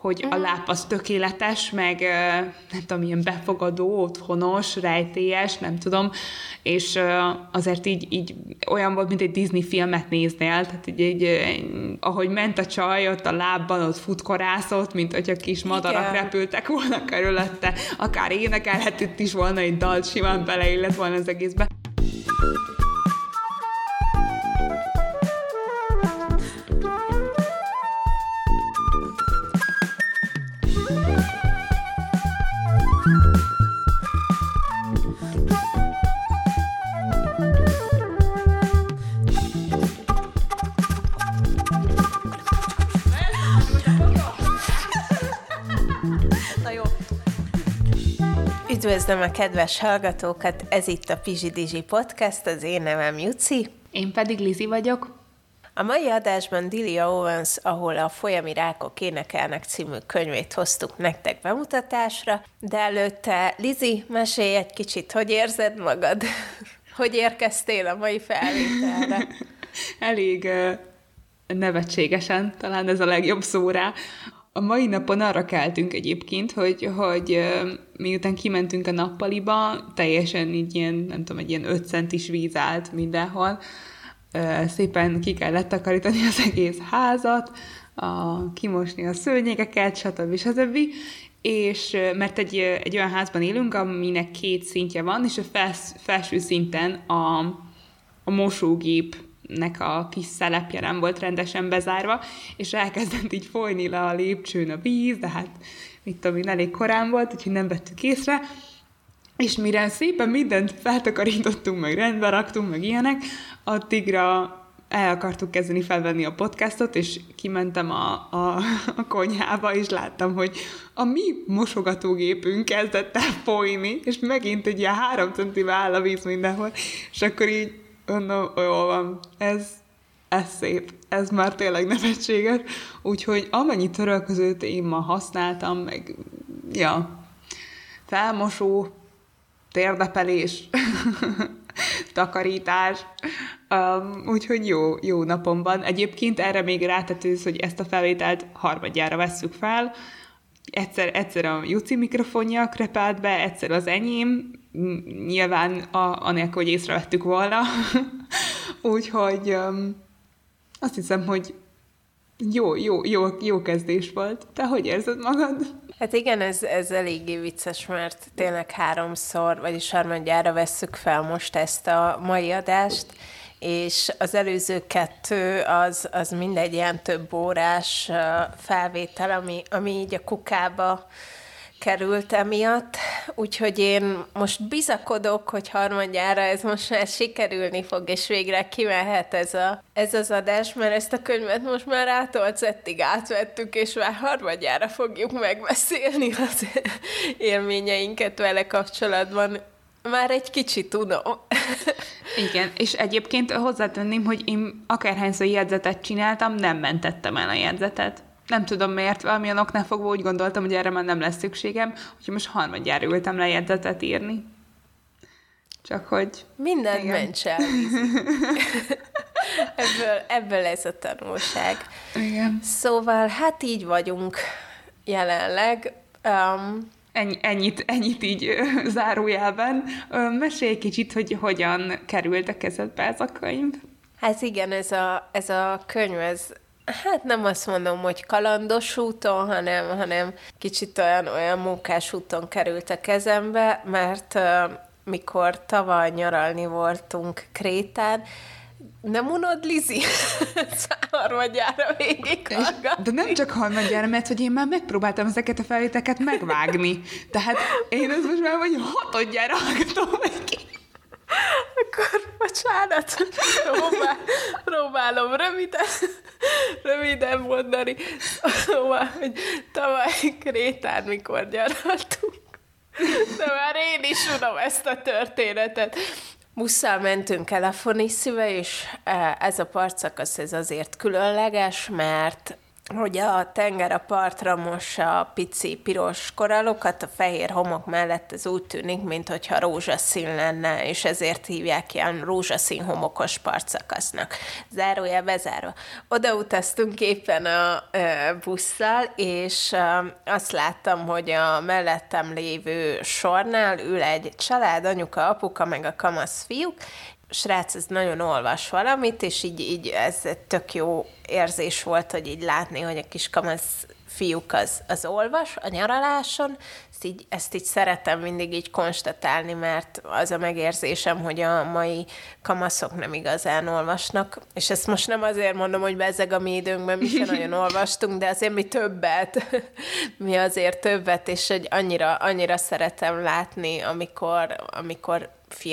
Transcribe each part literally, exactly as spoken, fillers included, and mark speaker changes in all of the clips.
Speaker 1: hogy a láb az tökéletes, meg nem tudom, ilyen befogadó, otthonos, rejtélyes, nem tudom, és azért így, így olyan volt, mint egy Disney filmet néznél, tehát így, így ahogy ment a csaj, ott a lábban ott futkorászott, mint hogyha kis madarak Igen. repültek volna körülötte, akár énekelhetett is volna, egy dalt simán beleillett volna az egészbe.
Speaker 2: Üdvözlöm a kedves hallgatókat, ez itt a Pizsi Dizsi Podcast, az én nevem Juci.
Speaker 1: Én pedig Lizi vagyok.
Speaker 2: A mai adásban Delia Owens, ahol a Folyami rákok énekelnek című könyvét hoztuk nektek bemutatásra, de előtte Lizi, mesélj egy kicsit, hogy érzed magad? Hogy érkeztél a mai felvételre?
Speaker 1: Elég uh, nevetségesen, talán ez a legjobb szó rá. A mai napon arra keltünk egyébként, hogy, hogy uh, miután kimentünk a nappaliba, teljesen így ilyen, nem tudom, egy ilyen öt centis víz állt mindenhol. Uh, szépen ki kellett takarítani az egész házat, a, kimosni a szőnyegeket, stb. stb. És uh, mert egy, egy olyan házban élünk, aminek két szintje van, és a fels, felső szinten a, a mosógép nek a kis szelepje nem volt rendesen bezárva, és elkezdett így folyni le a lépcsőn a víz, de hát mit tudom én, elég korán volt, úgyhogy nem vettük észre, és mire szépen mindent feltakarítottunk, meg rendbe raktunk, meg ilyenek, addigra el akartuk kezdeni felvenni a podcastot, és kimentem a, a, a konyhába, és láttam, hogy a mi mosogatógépünk kezdett el folyni, és megint egy ilyen három centivel áll a víz mindenhol, és akkor így mondom, jól van, ez, ez szép, ez már tényleg nevetséges, úgyhogy amennyi törölközőt én ma használtam, meg, ja, felmosó, térdepelés, takarítás, um, úgyhogy jó, jó napom van. Egyébként erre még rátetőz, hogy ezt a felvételt harmadjára vesszük fel, Egyszer, egyszer a Juci mikrofonja krepált be, egyszer az enyém, nyilván a, anélkül, hogy észrevettük volna. Úgyhogy um, azt hiszem, hogy jó, jó, jó, jó kezdés volt. Te hogy érzed magad?
Speaker 2: Hát igen, ez, ez eléggé vicces, mert tényleg háromszor, vagyis harmadjára vesszük fel most ezt a mai adást, és az előző kettő az, az mindegy ilyen több órás felvétel, ami, ami így a kukába került emiatt, úgyhogy én most bizakodok, hogy harmadjára ez most már sikerülni fog, és végre kimehet ez, a, ez az adás, mert ezt a könyvet most már átolcettig átvettük, és már harmadjára fogjuk megbeszélni az élményeinket vele kapcsolatban. Már egy kicsit tudom.
Speaker 1: Igen, és egyébként hozzátenném, hogy én akárhányszor jegyzetet csináltam, nem mentettem el a jegyzetet. Nem tudom miért, valamilyen oknál fogva úgy gondoltam, hogy erre már nem lesz szükségem, úgyhogy most harmadjára ültem le jegyzetet írni. Csak hogy...
Speaker 2: Mindent ments el. ebből, ebből ez a tanulság.
Speaker 1: Igen.
Speaker 2: Szóval, hát így vagyunk jelenleg. Um,
Speaker 1: Ennyi, ennyit, ennyit így ö, zárójelben. Ö, mesélj kicsit, hogy hogyan került a kezedbe ez a könyv.
Speaker 2: Hát igen, ez a, ez a könyv, ez, hát nem azt mondom, hogy kalandos úton, hanem, hanem kicsit olyan, olyan munkás úton került a kezembe, mert ö, mikor tavaly nyaralni voltunk Krétán, nem unod, Lizi? Harmadjára végig hallgat.
Speaker 1: De nem csak harmadjára, mert hogy én már megpróbáltam ezeket a felvételeket megvágni. Tehát én ezt most már vagy hatodjára hallgatom meg.
Speaker 2: Akkor bocsánat, próbál, próbálom röviden, röviden mondani. Szóval, hogy tavaly Krétán, mikor nyaraltunk. De már én is tudom ezt a történetet. Busszal mentünk Elefonissibe, és ez a partszakasz ez azért különleges, mert hogy a tenger a partra mossa a pici piros korallokat, a fehér homok mellett ez úgy tűnik, mintha rózsaszín lenne, és ezért hívják ilyen rózsaszín homokos partszakasznak. Zárójel bezárva. Oda utaztunk éppen a e, busszal, és e, azt láttam, hogy a mellettem lévő sornál ül egy család, anyuka, apuka, meg a kamasz fiúk, srác, ez nagyon olvas valamit, és így, így ez tök jó érzés volt, hogy így látni, hogy a kis kamasz fiúk az, az olvas a nyaraláson. Ezt így, ezt így szeretem mindig így konstatálni, mert az a megérzésem, hogy a mai kamaszok nem igazán olvasnak. És ezt most nem azért mondom, hogy bezzeg a mi időnkben mi sem nagyon olvastunk, de azért mi többet. mi azért többet, és hogy annyira, annyira szeretem látni, amikor, amikor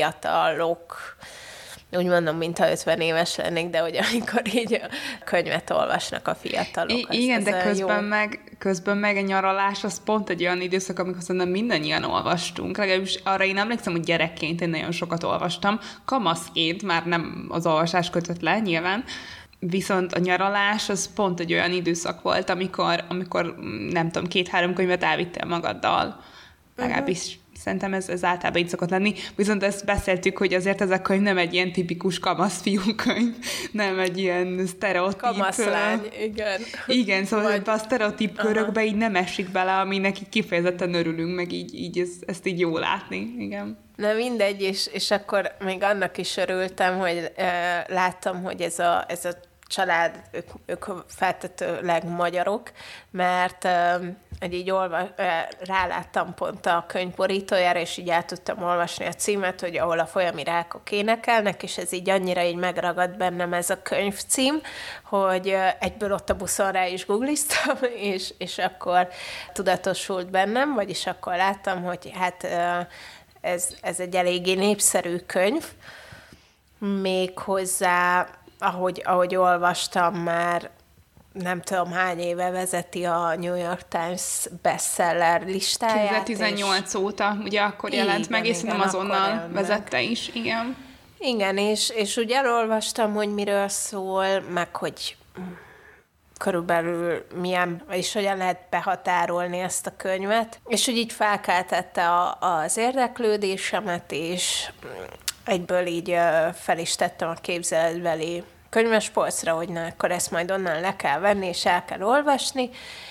Speaker 2: fiatalok, úgy mondom, mintha ötven éves lennék, de hogy amikor így a könyvet olvasnak a fiatalok.
Speaker 1: I- igen, ez, ez de közben meg, közben meg a nyaralás az pont egy olyan időszak, amikor szerintem mindannyian olvastunk. Legalábbis arra én emlékszem, hogy gyerekként én nagyon sokat olvastam. Kamaszként már nem az olvasás kötött le, nyilván. Viszont a nyaralás az pont egy olyan időszak volt, amikor, amikor nem tudom, két-három könyvet elvittél magaddal. Legalábbis uh-huh. Szerintem ez, ez általában így szokott lenni. Viszont ezt beszéltük, hogy azért ez a könyv nem egy ilyen tipikus kamaszfiú könyv, nem egy ilyen sztereotíp...
Speaker 2: Kamaszlány, igen.
Speaker 1: Igen, szóval Vagy... a sztereotíp körökbe így nem esik bele, aminek így kifejezetten örülünk, meg így, így ez, ezt így jó látni, igen.
Speaker 2: Na mindegy, és, és akkor még annak is örültem, hogy e, láttam, hogy ez a, ez a család, ők, ők feltetőleg magyarok, mert hogy így olva, ráláttam pont a könyv borítójára, és így el tudtam olvasni a címet, hogy ahol a folyami rákok énekelnek, és ez így annyira így megragadt bennem ez a könyvcím, hogy egyből ott a buszon rá is googliztam, és, és akkor tudatosult bennem, vagyis akkor láttam, hogy hát ez, ez egy eléggé népszerű könyv, méghozzá Ahogy, ahogy olvastam, már nem tudom hány éve vezeti a New York Times bestseller listáját.
Speaker 1: kétezer-tizennyolc óta, ugye akkor jelent igen, meg, és szerintem azonnal vezette meg. is, igen.
Speaker 2: Igen, és, és úgy elolvastam, hogy miről szól, meg hogy körülbelül milyen, és hogyan lehet behatárolni ezt a könyvet, és úgy így felkeltette a, az érdeklődésemet, és egyből így fel is tettem a képzeletbeli könyvespolcra, hogy na, akkor ezt majd onnan le kell venni, és el kell olvasni,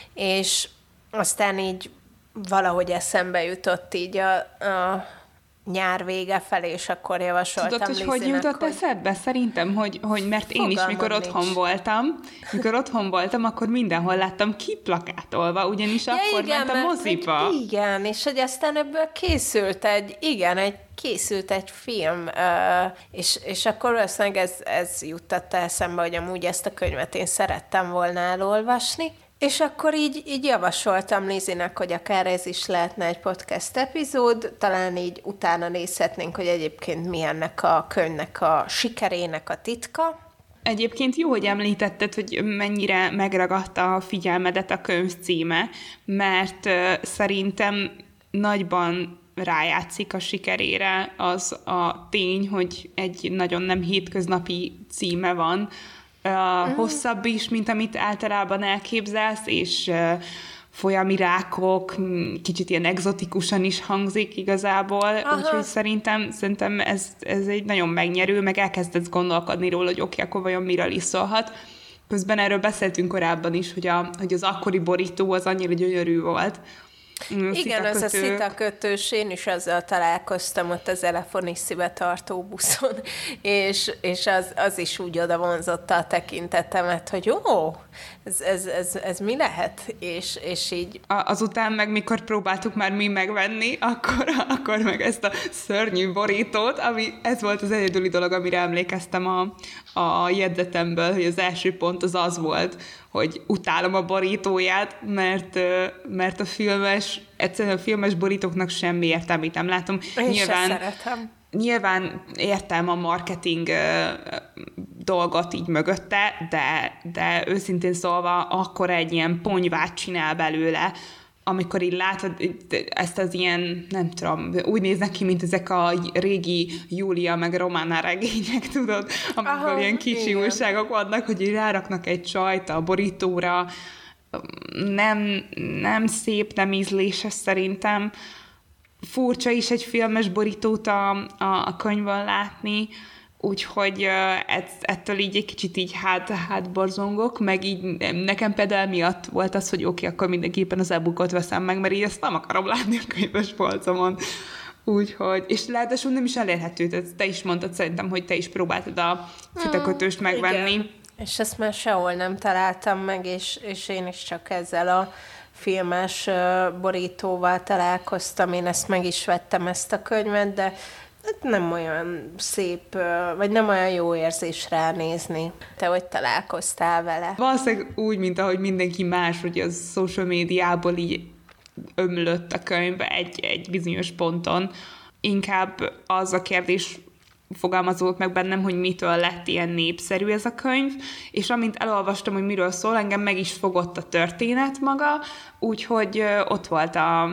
Speaker 2: és aztán így valahogy eszembe jutott így a, a nyár vége felé, és akkor javasoltam
Speaker 1: Tudod, hogy
Speaker 2: Lizinek,
Speaker 1: hogy jutott
Speaker 2: hogy...
Speaker 1: eszedbe? Szerintem, hogy, hogy mert én
Speaker 2: Fogalmam
Speaker 1: is, mikor
Speaker 2: nincs.
Speaker 1: otthon voltam, mikor otthon voltam, akkor mindenhol láttam kiplakátolva, ugyanis ja, akkor
Speaker 2: igen,
Speaker 1: ment a moziba.
Speaker 2: Hogy, igen, és hogy aztán ebből készült egy, igen, egy készült egy film, és, és akkor valószínűleg ez, ez juttatta eszembe, hogy amúgy ezt a könyvet én szerettem volna elolvasni, és akkor így, így javasoltam Lizinek, hogy akár ez is lehetne egy podcast epizód, talán így utána nézhetnénk, hogy egyébként mi ennek a könyvnek a sikerének a titka.
Speaker 1: Egyébként jó, hogy említetted, hogy mennyire megragadta a figyelmedet a könyv címe, mert uh, szerintem nagyban rájátszik a sikerére az a tény, hogy egy nagyon nem hétköznapi címe van, uh, uh-huh. hosszabb is, mint amit általában elképzelsz, és uh, folyami rákok, kicsit ilyen egzotikusan is hangzik igazából, Aha. úgyhogy szerintem, szerintem ez, ez egy nagyon megnyerő, meg elkezdesz gondolkodni róla, hogy oké, okay, akkor vajon miről is szólhat. Közben erről beszéltünk korábban is, hogy, a, hogy az akkori borító az annyira gyönyörű volt.
Speaker 2: Igen, az a szitakötős, én is azzal találkoztam ott az Elefonissibe tartó buszon, és, és az, az is úgy oda vonzotta a tekintetemet, hogy jó, ez, ez, ez, ez mi lehet? És, és így...
Speaker 1: Azután meg, mikor próbáltuk már mi megvenni, akkor, akkor meg ezt a szörnyű borítót, ami ez volt az egyedüli dolog, amire emlékeztem a, a jegyzetemből, hogy az első pont az az volt, hogy utálom a borítóját, mert, mert a filmes, egyszerűen a filmes borítóknak semmi értelmét nem látom.
Speaker 2: Én
Speaker 1: nyilván,
Speaker 2: se szeretem.
Speaker 1: Nyilván értem a marketing dolgot így mögötte, de, de őszintén szólva akkor egy ilyen ponyvát csinál belőle, amikor így látod ezt az ilyen, nem tudom, úgy néznek ki, mint ezek a régi Júlia meg Romana regények, tudod, amikor Aha, ilyen kicsi igen. újságok vannak, hogy így ráraknak egy csajt a borítóra, nem, nem szép, nem ízléses szerintem. Furcsa is egy filmes borítót a, a, a könyvön látni, úgyhogy uh, ettől így egy kicsit így hát, hátborzongok, meg így nekem például miatt volt az, hogy oké, okay, akkor mindenképpen az e-bookot veszem meg, mert így ezt nem akarom látni a könyves polcomon. Úgyhogy, és ráadásul nem is elérhető, tehát te is mondtad szerintem, hogy te is próbáltad a fitakötőst hmm, megvenni. Igen.
Speaker 2: És ezt már sehol nem találtam meg, és, és én is csak ezzel a filmes borítóval találkoztam, én ezt meg is vettem, ezt a könyvet, de nem olyan szép, vagy nem olyan jó érzés ránézni. Te hogy találkoztál vele?
Speaker 1: Valószínűleg úgy, mint ahogy mindenki más, hogy a social médiából így ömlött a könyv egy, egy bizonyos ponton. Inkább az a kérdés fogalmazódott meg bennem, hogy mitől lett ilyen népszerű ez a könyv, és amint elolvastam, hogy miről szól, engem meg is fogott a történet maga, úgyhogy ott volt a,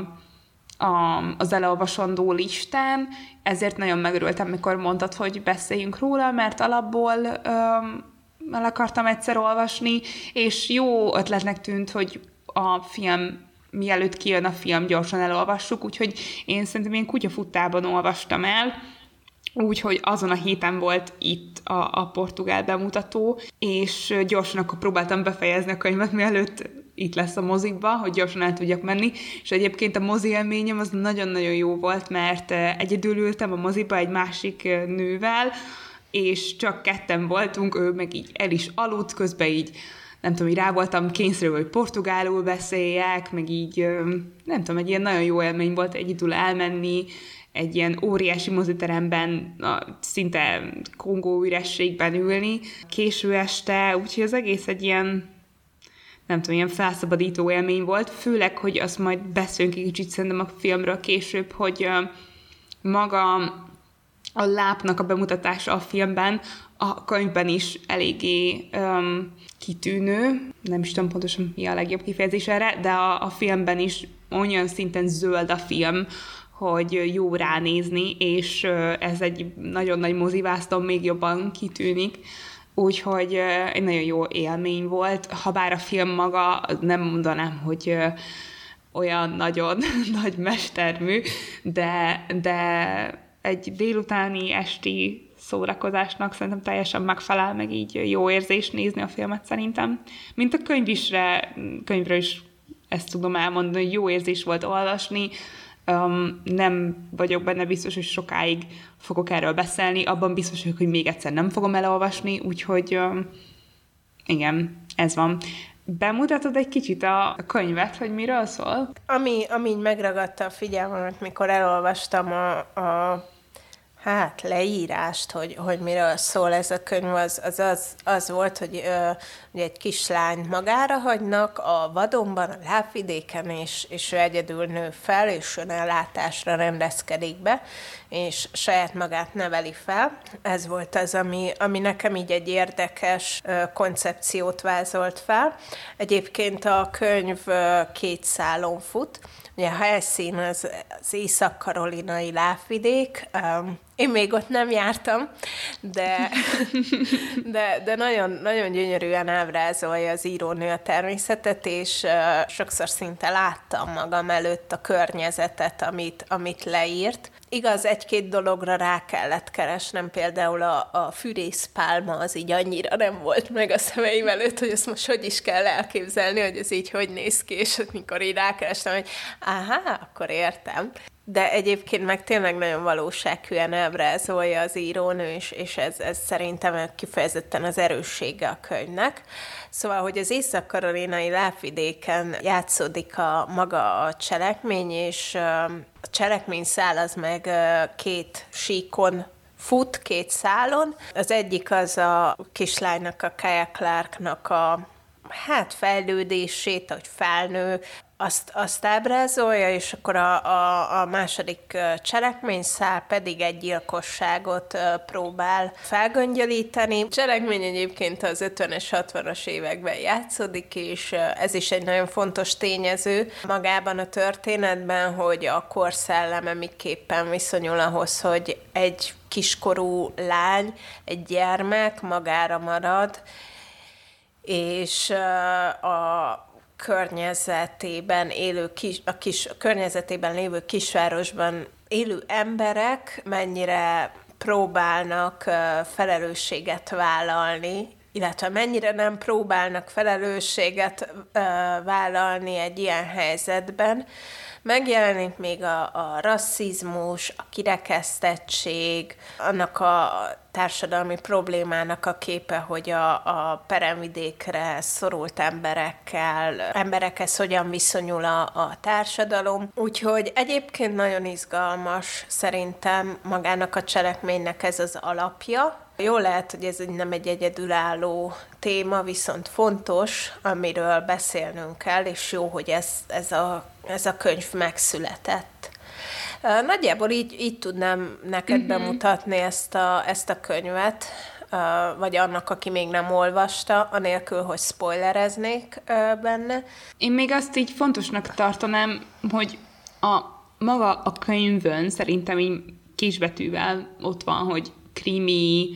Speaker 1: a, az elolvasandó listán, ezért nagyon megörültem, mikor mondtad, hogy beszéljünk róla, mert alapból öm, el akartam egyszer olvasni, és jó ötletnek tűnt, hogy a film, mielőtt kijön a film, gyorsan elolvassuk, úgyhogy én szerintem én kutyafuttában olvastam el, úgyhogy azon a héten volt itt a, a portugál bemutató, és gyorsan akkor próbáltam befejezni a könyvet, mielőtt itt lesz a mozikba, hogy gyorsan el tudjak menni, és egyébként a mozi élményem az nagyon-nagyon jó volt, mert egyedül ültem a moziba egy másik nővel, és csak ketten voltunk, ő meg így el is aludt, közben így nem tudom, így rá voltam kényszerülve, hogy portugálul beszéljek, meg így, nem tudom, egy ilyen nagyon jó élmény volt egyedül elmenni, egy ilyen óriási moziteremben, szinte kongó ürességben ülni, késő este, úgyhogy az egész egy ilyen, nem tudom, ilyen felszabadító élmény volt, főleg, hogy azt majd beszélünk egy kicsit szerintem a filmről később, hogy maga a lápnak a bemutatása a filmben, a könyvben is eléggé um, kitűnő, nem is tudom pontosan mi a legjobb kifejezés erre, de a, a filmben is olyan szinten zöld a film, hogy jó ránézni, és ez egy nagyon nagy mozivászton még jobban kitűnik. Úgyhogy egy nagyon jó élmény volt. Habár a film maga, nem mondanám, hogy olyan nagyon nagy mestermű, de, de egy délutáni, esti szórakozásnak szerintem teljesen megfelel, meg így jó érzés nézni a filmet szerintem. Mint a könyv is, könyvről is ezt tudom elmondani, hogy jó érzés volt olvasni. Um, nem vagyok benne biztos, hogy sokáig fogok erről beszélni, abban biztos vagyok, hogy még egyszer nem fogom elolvasni, úgyhogy um, igen, ez van. Bemutatod egy kicsit a, a könyvet, hogy miről szól?
Speaker 2: Ami, ami megragadta a figyelmemet, mikor elolvastam a, a hát leírást, hogy, hogy miről szól ez a könyv, az az, az, az volt, hogy ö, ugye egy kislányt magára hagynak a vadonban, a lábvidéken, és, és ő egyedül nő fel, és önellátásra rendezkedik be, és saját magát neveli fel. Ez volt az, ami, ami nekem így egy érdekes ö, koncepciót vázolt fel. Egyébként a könyv ö, két szálon fut. Ugye a helyszín az, az észak-karolinai lábvidék. Um, én még ott nem jártam, de, de, de nagyon, nagyon gyönyörűen ábrázolja az írónő a természetet, és uh, sokszor szinte láttam magam előtt a környezetet, amit, amit leírt. Igaz, egy-két dologra rá kellett keresnem, például a, a fűrészpálma az így annyira nem volt meg a szemeim előtt, hogy azt most hogy is kell elképzelni, hogy ez így hogy néz ki, és amikor így rákerestem, hogy áhá, akkor értem. De egyébként meg tényleg nagyon valósághűen ábrázolja az írónő, és, és ez, ez szerintem kifejezetten az erőssége a könyvnek. Szóval, hogy az észak-karolinai lábvidéken játszódik a maga a cselekmény, és a cselekményszál az meg két síkon fut, két szálon. Az egyik az a kislánynak, a Kaja Clarknak a hát fejlődését, hogy felnő, azt, azt ábrázolja, és akkor a, a, a második cselekményszál pedig egy gyilkosságot próbál felgöngyölíteni. A cselekmény egyébként az ötvenes, hatvanas években játszódik, és ez is egy nagyon fontos tényező magában a történetben, hogy a korszelleme miképpen viszonyul ahhoz, hogy egy kiskorú lány, egy gyermek magára marad, és a környezetében élő kis, a kis a környezetében lévő kisvárosban élő emberek mennyire próbálnak felelősséget vállalni, illetve mennyire nem próbálnak felelősséget vállalni egy ilyen helyzetben. Megjelenik még a, a rasszizmus, a kirekesztettség, annak a társadalmi problémának a képe, hogy a, a peremvidékre szorult emberekkel, emberekhez hogyan viszonyul a, a társadalom. Úgyhogy egyébként nagyon izgalmas szerintem magának a cselekménynek ez az alapja. Jól lehet, hogy ez nem egy egyedülálló téma, viszont fontos, amiről beszélnünk kell, és jó, hogy ez, ez, a, ez a könyv megszületett. Nagyjából így, így tudnám neked uh-huh. bemutatni ezt a, ezt a könyvet, vagy annak, aki még nem olvasta, anélkül, hogy spoilereznék benne.
Speaker 1: Én még azt így fontosnak tartanám, hogy a maga a könyvön szerintem így kisbetűvel ott van, hogy krimi,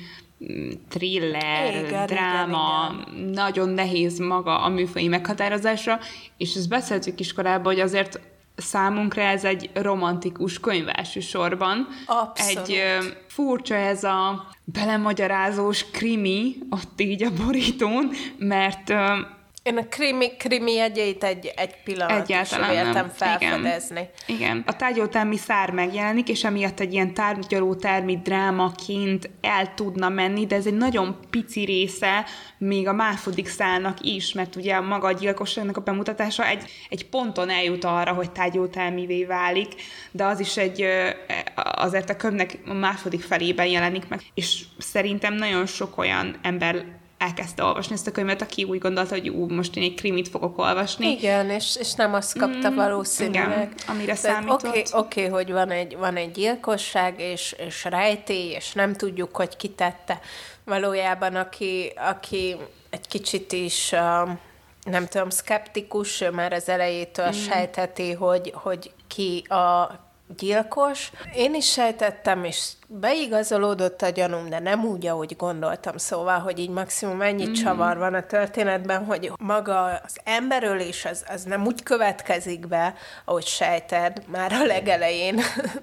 Speaker 1: thriller, igen, dráma, igen, igen. Nagyon nehéz maga a műfaji meghatározása, és ezt beszéltük iskolában, hogy azért számunkra ez egy romantikus könyv elsősorban.
Speaker 2: Abszolút.
Speaker 1: Egy uh, furcsa ez a belemagyarázós krimi ott így a borítón, mert uh,
Speaker 2: én a krimi, krimi jegyeit egy, egy pillanat sem értem felfedezni.
Speaker 1: Igen. Igen. A tárgyalótermi szár megjelenik, és emiatt egy ilyen tárgyalótermi drámaként el tudna menni, de ez egy nagyon pici része még a második szálnak is, mert ugye maga a gyilkosságnak a bemutatása egy, egy ponton eljut arra, hogy tárgyalótermivé válik, de az is egy, azért a könyvnek a második felében jelenik meg, és szerintem nagyon sok olyan ember elkezdte olvasni ezt a könyvet, aki úgy gondolta, hogy ú, most én egy krimit fogok olvasni.
Speaker 2: Igen, és, és nem azt kapta mm, valószínűleg.
Speaker 1: Igen, amire számított.
Speaker 2: Oké, okay, okay, hogy van egy, van egy gyilkosság, és, és rejtély, és nem tudjuk, hogy ki tette. Valójában, aki, aki egy kicsit is, uh, nem tudom, szkeptikus, már az elejétől mm. sejtheti, hogy, hogy ki a gyilkos. Én is sejtettem, és beigazolódott a gyanúm, de nem úgy, ahogy gondoltam, szóval, hogy így maximum ennyi mm-hmm. csavar van a történetben, hogy maga az emberölés az, az nem úgy következik be, ahogy sejted már a legelején.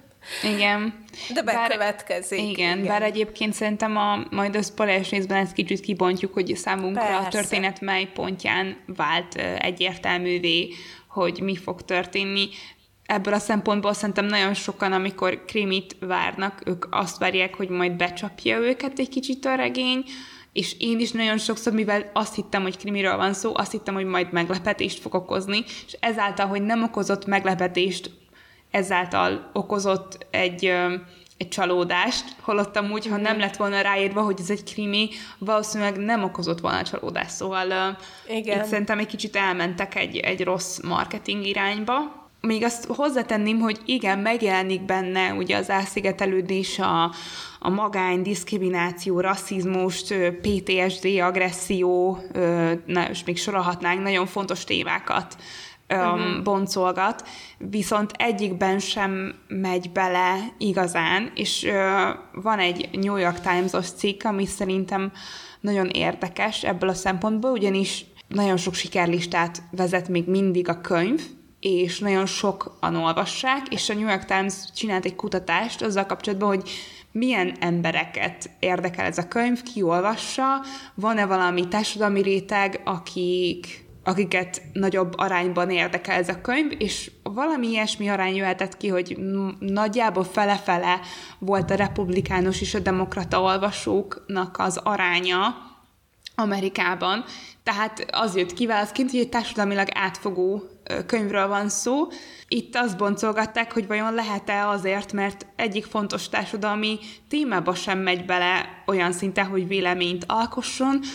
Speaker 1: Igen.
Speaker 2: De bekövetkezik.
Speaker 1: Bár, igen, igen, bár egyébként szerintem a, majd a spoileres részben ezt kicsit kibontjuk, hogy számunkra Persze. a történet mely pontján vált egyértelművé, hogy mi fog történni. Ebből a szempontból szerintem nagyon sokan, amikor krimit várnak, ők azt várják, hogy majd becsapja őket egy kicsit a regény, és én is nagyon sokszor, mivel azt hittem, hogy krimiről van szó, azt hittem, hogy majd meglepetést fog okozni, és ezáltal, hogy nem okozott meglepetést, ezáltal okozott egy, egy csalódást, holott amúgy, ha nem lett volna ráírva, hogy ez egy krimi, valószínűleg nem okozott volna csalódást. Szóval Igen. itt szerintem egy kicsit elmentek egy, egy rossz marketing irányba. Még azt hozzátenném, hogy igen, megjelenik benne ugye az elszigetelődés, a, a magány, diszkrimináció, rasszizmus, pé té es dé, agresszió, na, és még sorolhatnánk, nagyon fontos témákat uh-huh. boncolgat, viszont egyikben sem megy bele igazán, és van egy New York Times-os cikk, ami szerintem nagyon érdekes ebből a szempontból, ugyanis nagyon sok sikerlistát vezet még mindig a könyv, és nagyon sokan olvassák, és a New York Times csinált egy kutatást azzal kapcsolatban, hogy milyen embereket érdekel ez a könyv, ki olvassa, van-e valami társadalmi réteg, akik, akiket nagyobb arányban érdekel ez a könyv, és valami ilyesmi arány jöhetett ki, hogy nagyjából fele-fele volt a republikánus és a demokrata olvasóknak az aránya Amerikában, tehát az jött ki válaszként, hogy egy társadalmilag átfogó könyvről van szó. Itt azt boncolgatták, hogy vajon lehet-e azért, mert egyik fontos társadalmi témába sem megy bele olyan szinten, hogy véleményt alkosson,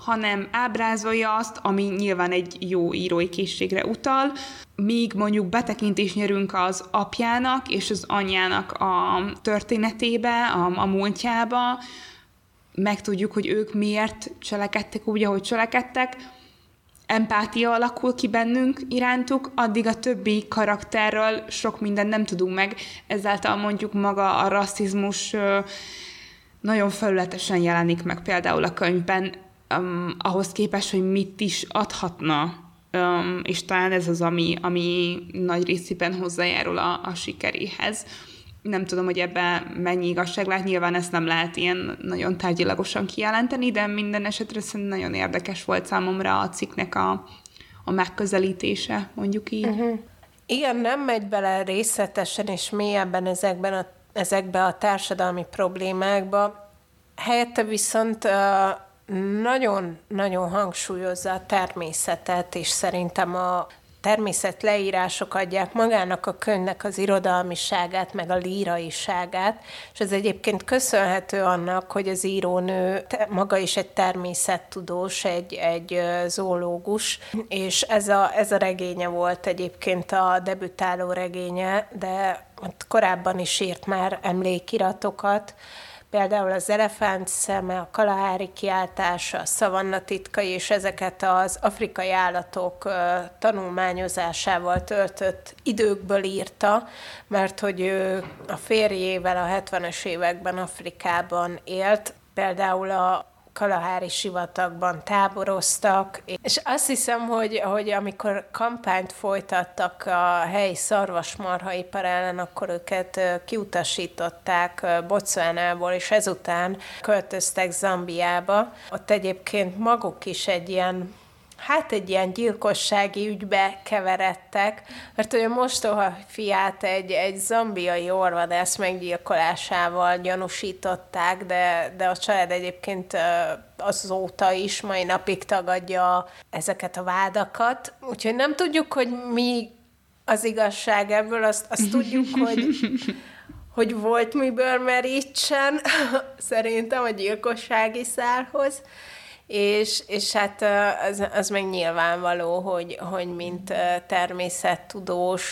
Speaker 1: hanem ábrázolja azt, ami nyilván egy jó írói készségre utal, míg mondjuk betekintést nyerünk az apjának és az anyjának a történetébe, a, a múltjába, megtudjuk, hogy ők miért cselekedtek úgy, ahogy cselekedtek, empátia alakul ki bennünk irántuk, addig a többi karakterről sok mindent nem tudunk meg, ezáltal mondjuk maga a rasszizmus nagyon felületesen jelenik meg például a könyvben, um, ahhoz képest, hogy mit is adhatna, um, és talán ez az, ami, ami nagy részében hozzájárul a, a sikeréhez. Nem tudom, hogy ebben mennyi igazság lehet, nyilván ezt nem lehet ilyen nagyon tárgyilagosan kijelenteni, de minden esetre szerintem nagyon érdekes volt számomra a cikknek a, a megközelítése, mondjuk így. Uh-huh.
Speaker 2: Igen, nem megy bele részletesen és mélyebben ezekben a, ezekbe a társadalmi problémákba, helyette viszont nagyon-nagyon hangsúlyozza a természetet, és szerintem a természet leírások adják magának a könyvnek az irodalmiságát, meg a líraiságát, és ez egyébként köszönhető annak, hogy az írónő maga is egy természettudós, egy, egy zoológus, és ez a, ez a regénye volt egyébként a debütáló regénye, de korábban is írt már emlékiratokat, például az Elefánt szeme, a Kalahári kiáltása, a Szavanna titkai, és ezeket az afrikai állatok tanulmányozásával töltött időkből írta, mert hogy ő a férjével a hetvenes években Afrikában élt, például a Kalahári sivatagban táboroztak, és azt hiszem, hogy, hogy amikor kampányt folytattak a helyi szarvasmarhaipar ellen, akkor őket kiutasították Botswanából, és ezután költöztek Zambiába. Ott egyébként maguk is egy ilyen hát egy ilyen gyilkossági ügybe keveredtek, mert hogy a mostoha fiát egy, egy zambiai orvadász meggyilkolásával gyanúsították, de, de a család egyébként azóta is mai napig tagadja ezeket a vádakat. Úgyhogy nem tudjuk, hogy mi az igazság ebből, azt, azt tudjuk, hogy, hogy volt miből merítsen, szerintem a gyilkossági szálhoz. És, és hát az, az meg nyilvánvaló, hogy, hogy mint természettudós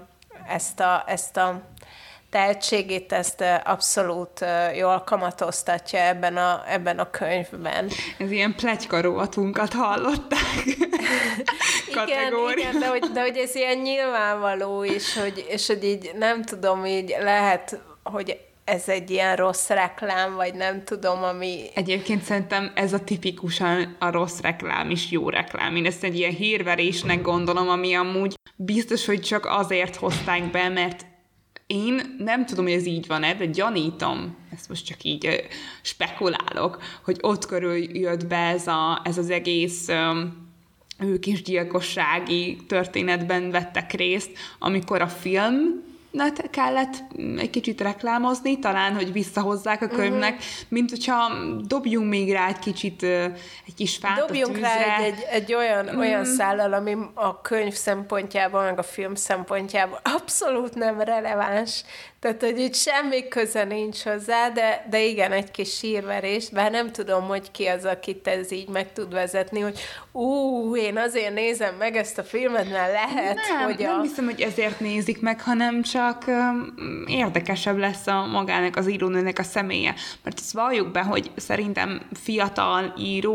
Speaker 2: ezt a, ezt a tehetségét, ezt abszolút jól kamatoztatja ebben a, ebben a könyvben.
Speaker 1: Ez ilyen pletykarovatunkat hallották.
Speaker 2: igen, igen, de hogy, de hogy ez ilyen nyilvánvaló is, hogy, és hogy így nem tudom, így lehet, hogy ez egy ilyen rossz reklám, vagy nem tudom, ami...
Speaker 1: Egyébként szerintem ez a tipikusan a rossz reklám is jó reklám. Én ezt egy ilyen hírverésnek gondolom, ami amúgy biztos, hogy csak azért hozták be, mert én nem tudom, hogy ez így van-e, de gyanítom, ezt most csak így spekulálok, hogy ott körül jött be ez, a, ez az egész... ők is gyilkossági történetben vettek részt, amikor a film kellett egy kicsit reklámozni, talán, hogy visszahozzák a könyvnek, uh-huh. mint hogyha dobjunk még rá egy kicsit egy kis fát
Speaker 2: Dobjunk
Speaker 1: a tűzre.
Speaker 2: rá egy, egy, egy olyan, uh-huh. olyan szállal, ami a könyv szempontjából, meg a film szempontjából abszolút nem releváns. Tehát, hogy itt semmi köze nincs hozzá, de, de igen, egy kis sírverés, bár nem tudom, hogy ki az, akit ez így meg tud vezetni, hogy ú, én azért nézem meg ezt a filmet, mert lehet,
Speaker 1: nem,
Speaker 2: hogy a...
Speaker 1: Nem hiszem, hogy ezért nézik meg, hanem csak um, érdekesebb lesz a magának, az írónőnek a személye. Mert azt valljuk be, hogy szerintem fiatal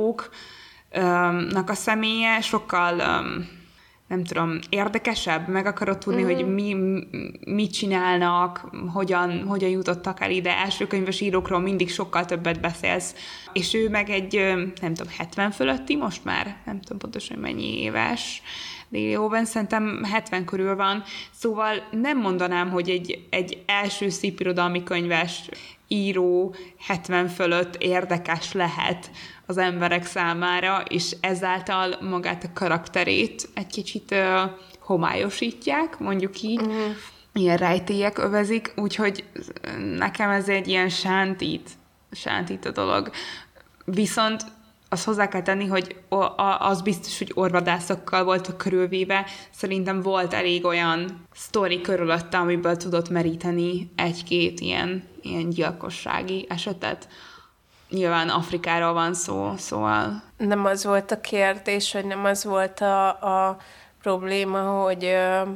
Speaker 1: íróknak a személye sokkal... Um, nem tudom, érdekesebb, meg akarod tudni, mm-hmm. hogy mi, mit csinálnak, hogyan, hogyan jutottak el ide. Első könyves írókról mindig sokkal többet beszélsz. És ő meg egy, nem tudom, hetven fölötti most már, nem tudom pontosan mennyi éves, Lily Owen, szerintem hetven körül van. Szóval nem mondanám, hogy egy, egy első szépirodalmi könyves író hetven fölött érdekes lehet az emberek számára, és ezáltal magát a karakterét egy kicsit uh, homályosítják, mondjuk így, uh-huh. ilyen rejtélyek övezik, úgyhogy nekem ez egy ilyen sántít, sántít a dolog. Viszont azt hozzá kell tenni, hogy az biztos, hogy orvadászokkal voltak körülvéve, szerintem volt elég olyan sztori körülötte, amiből tudott meríteni egy-két ilyen, ilyen gyilkossági esetet. nyilván Afrikáról van szó, szóval...
Speaker 2: Nem az volt a kérdés, hogy nem az volt a, a probléma, hogy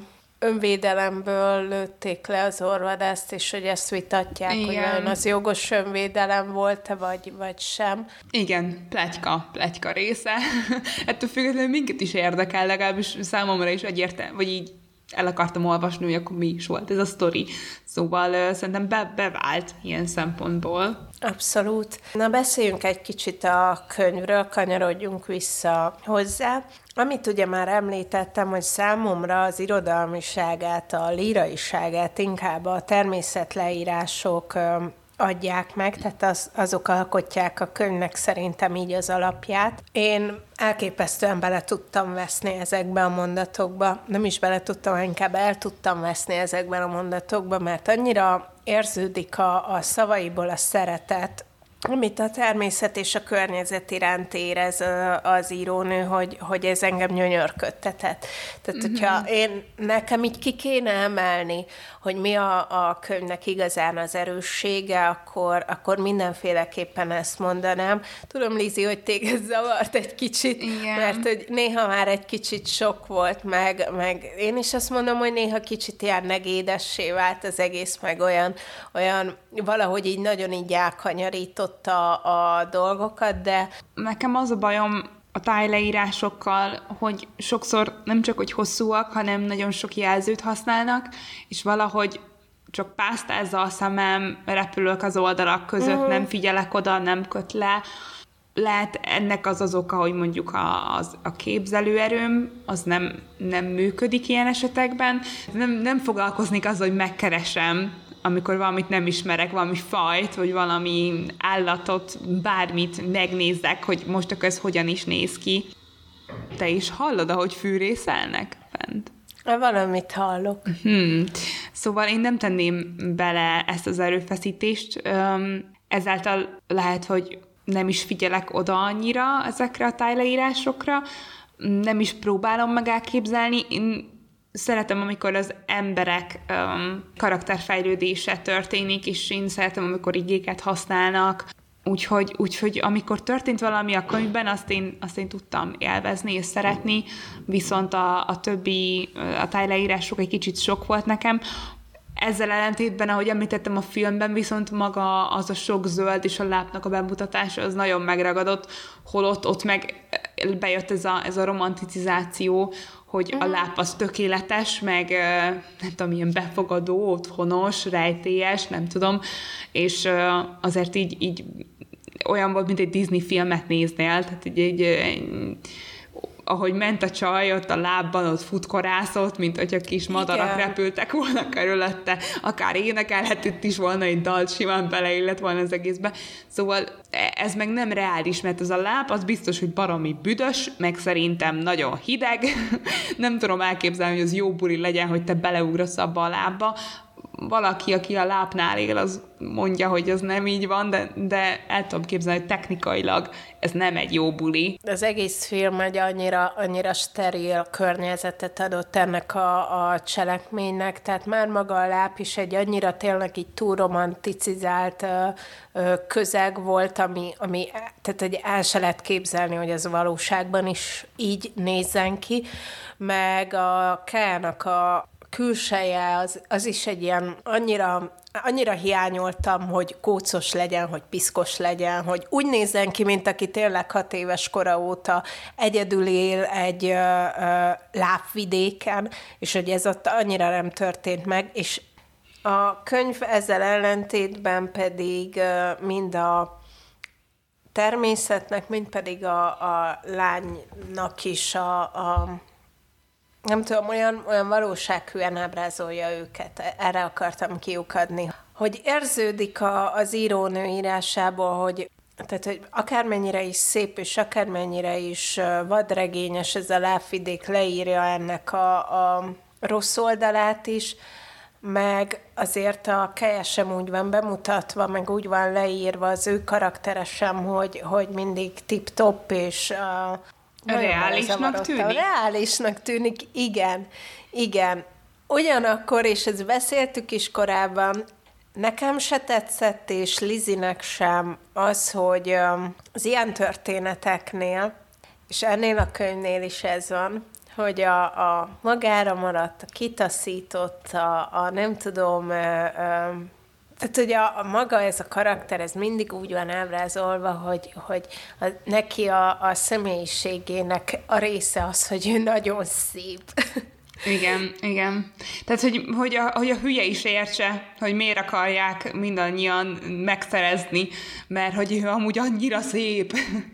Speaker 2: önvédelemből lőtték le az orvadászt, és hogy ezt vitatják, igen. Hogy olyan az jogos önvédelem volt-e, vagy, vagy sem.
Speaker 1: Igen, pletyka, pletyka része. Ettől függetlenül minket is érdekel, legalábbis számomra is egyértelmű, vagy így el akartam olvasni, hogy akkor mi is volt ez a sztori. Szóval uh, szerintem be, bevált ilyen szempontból.
Speaker 2: Abszolút. Na, beszéljünk egy kicsit a könyvről, kanyarodjunk vissza hozzá. Amit ugye már említettem, hogy számomra az irodalmiságát, a líraiságát inkább a természetleírások adják meg, tehát az, azok alkotják a könyvnek szerintem így az alapját. Én elképesztően bele tudtam veszni ezekbe a mondatokba, nem is bele tudtam, inkább el tudtam veszni ezekben a mondatokba, mert annyira érződik a, a szavaiból a szeretet, amit a természet és a környezet iránt érez az írónő, hogy, hogy ez engem gyönyörködtetett. Tehát, mm-hmm. hogyha én, nekem így ki kéne emelni, hogy mi a, a könyvnek igazán az erőssége, akkor, akkor mindenféleképpen ezt mondanám. Tudom, Lizi, hogy téged zavart egy kicsit, igen. Mert hogy néha már egy kicsit sok volt, meg, meg én is azt mondom, hogy néha kicsit ilyen negédessé vált az egész, meg olyan, olyan valahogy így nagyon így elkanyarított A, a dolgokat, de...
Speaker 1: Nekem az a bajom a tájleírásokkal, hogy sokszor nem csak, hogy hosszúak, hanem nagyon sok jelzőt használnak, és valahogy csak pásztázza a szemem, repülök az oldalak között, uh-huh. nem figyelek oda, nem köt le. Lehet ennek az az oka, hogy mondjuk a, az, a képzelőerőm az nem, nem működik ilyen esetekben. Nem, nem foglalkoznék azzal, hogy megkeresem, amikor valamit nem ismerek, valami fajt, vagy valami állatot, bármit megnézzek, hogy most akkor ez hogyan is néz ki. Te is hallod, ahogy fűrészelnek fent?
Speaker 2: Valamit hallok.
Speaker 1: Hmm. Szóval én nem tenném bele ezt az erőfeszítést. Ezáltal lehet, hogy nem is figyelek oda annyira ezekre a tájleírásokra, nem is próbálom meg elképzelni. Én szeretem, amikor az emberek um, karakterfejlődése történik, és én szeretem, amikor igéket használnak. Úgyhogy, úgyhogy amikor történt valami a könyvben, azt én, azt én tudtam élvezni és szeretni, viszont a, a többi, a tájleírások egy kicsit sok volt nekem. Ezzel ellentétben, ahogy említettem a filmben, viszont maga az a sok zöld és a lápnak a bemutatása, az nagyon megragadott, holott ott meg bejött ez a, ez a romanticizáció, hogy uh-huh. a láp az tökéletes, meg nem tudom, ilyen befogadó, otthonos, rejtélyes, nem tudom, és azért így, így olyan volt, mint egy Disney filmet néznél, tehát így egy, egy ahogy ment a csaj, ott a lábban ott futkorászott, mint hogyha kis madarak igen. repültek volna körülötte, akár énekelhetett is volna egy dalt, simán beleillett volna az egészbe. Szóval ez meg nem reális, mert ez a láb, az biztos, hogy baromi büdös, meg szerintem nagyon hideg. Nem tudom elképzelni, hogy az jó buli legyen, hogy te beleugrasz abba a lábba. Valaki, aki a lápnál él, az mondja, hogy ez nem így van, de, de el tudom képzelni, hogy technikailag ez nem egy jó buli.
Speaker 2: Az egész film egy annyira, annyira steril környezetet adott ennek a, a cselekménynek, tehát már maga a láp is egy annyira tényleg így túl romanticizált ö, ö, közeg volt, ami, ami tehát egy el se lehet képzelni, hogy ez a valóságban is így nézzen ki, meg a Kának a külseje, az, az is egy ilyen annyira, annyira hiányoltam, hogy kócos legyen, hogy piszkos legyen, hogy úgy nézzen ki, mint aki tényleg hat éves kora óta egyedül él egy ö, ö, lápvidéken, és hogy ez ott annyira nem történt meg, és a könyv ezzel ellentétben pedig ö, mind a természetnek, mind pedig a, a lánynak is a, a nem tudom, olyan, olyan valósághűen ábrázolja őket. Erre akartam kiukadni. Hogy érződik a, az írónő írásából, hogy, tehát, hogy akármennyire is szép, és akármennyire is vadregényes ez a lápvidék, leírja ennek a, a rossz oldalát is, meg azért a Kaja sem úgy van bemutatva, meg úgy van leírva az ő karaktere sem, hogy, hogy mindig tip-top, és uh,
Speaker 1: reálisnak tűnik?
Speaker 2: Reálisnak tűnik, igen, igen. Ugyanakkor, és ezt beszéltük is korábban, nekem se tetszett, és Lizinek sem az, hogy az ilyen történeteknél, és ennél a könyvnél is ez van, hogy a, a magára maradt, a kitaszított, a, a nem tudom, ö, ö, tehát hogy a, a maga, ez a karakter, ez mindig úgy van ábrázolva, hogy, hogy a, neki a, a személyiségének a része az, hogy ő nagyon szép.
Speaker 1: Igen, igen. Tehát, hogy, hogy, a, hogy a hülye is értse, hogy miért akarják mindannyian megszerezni, mert hogy ő amúgy annyira szép.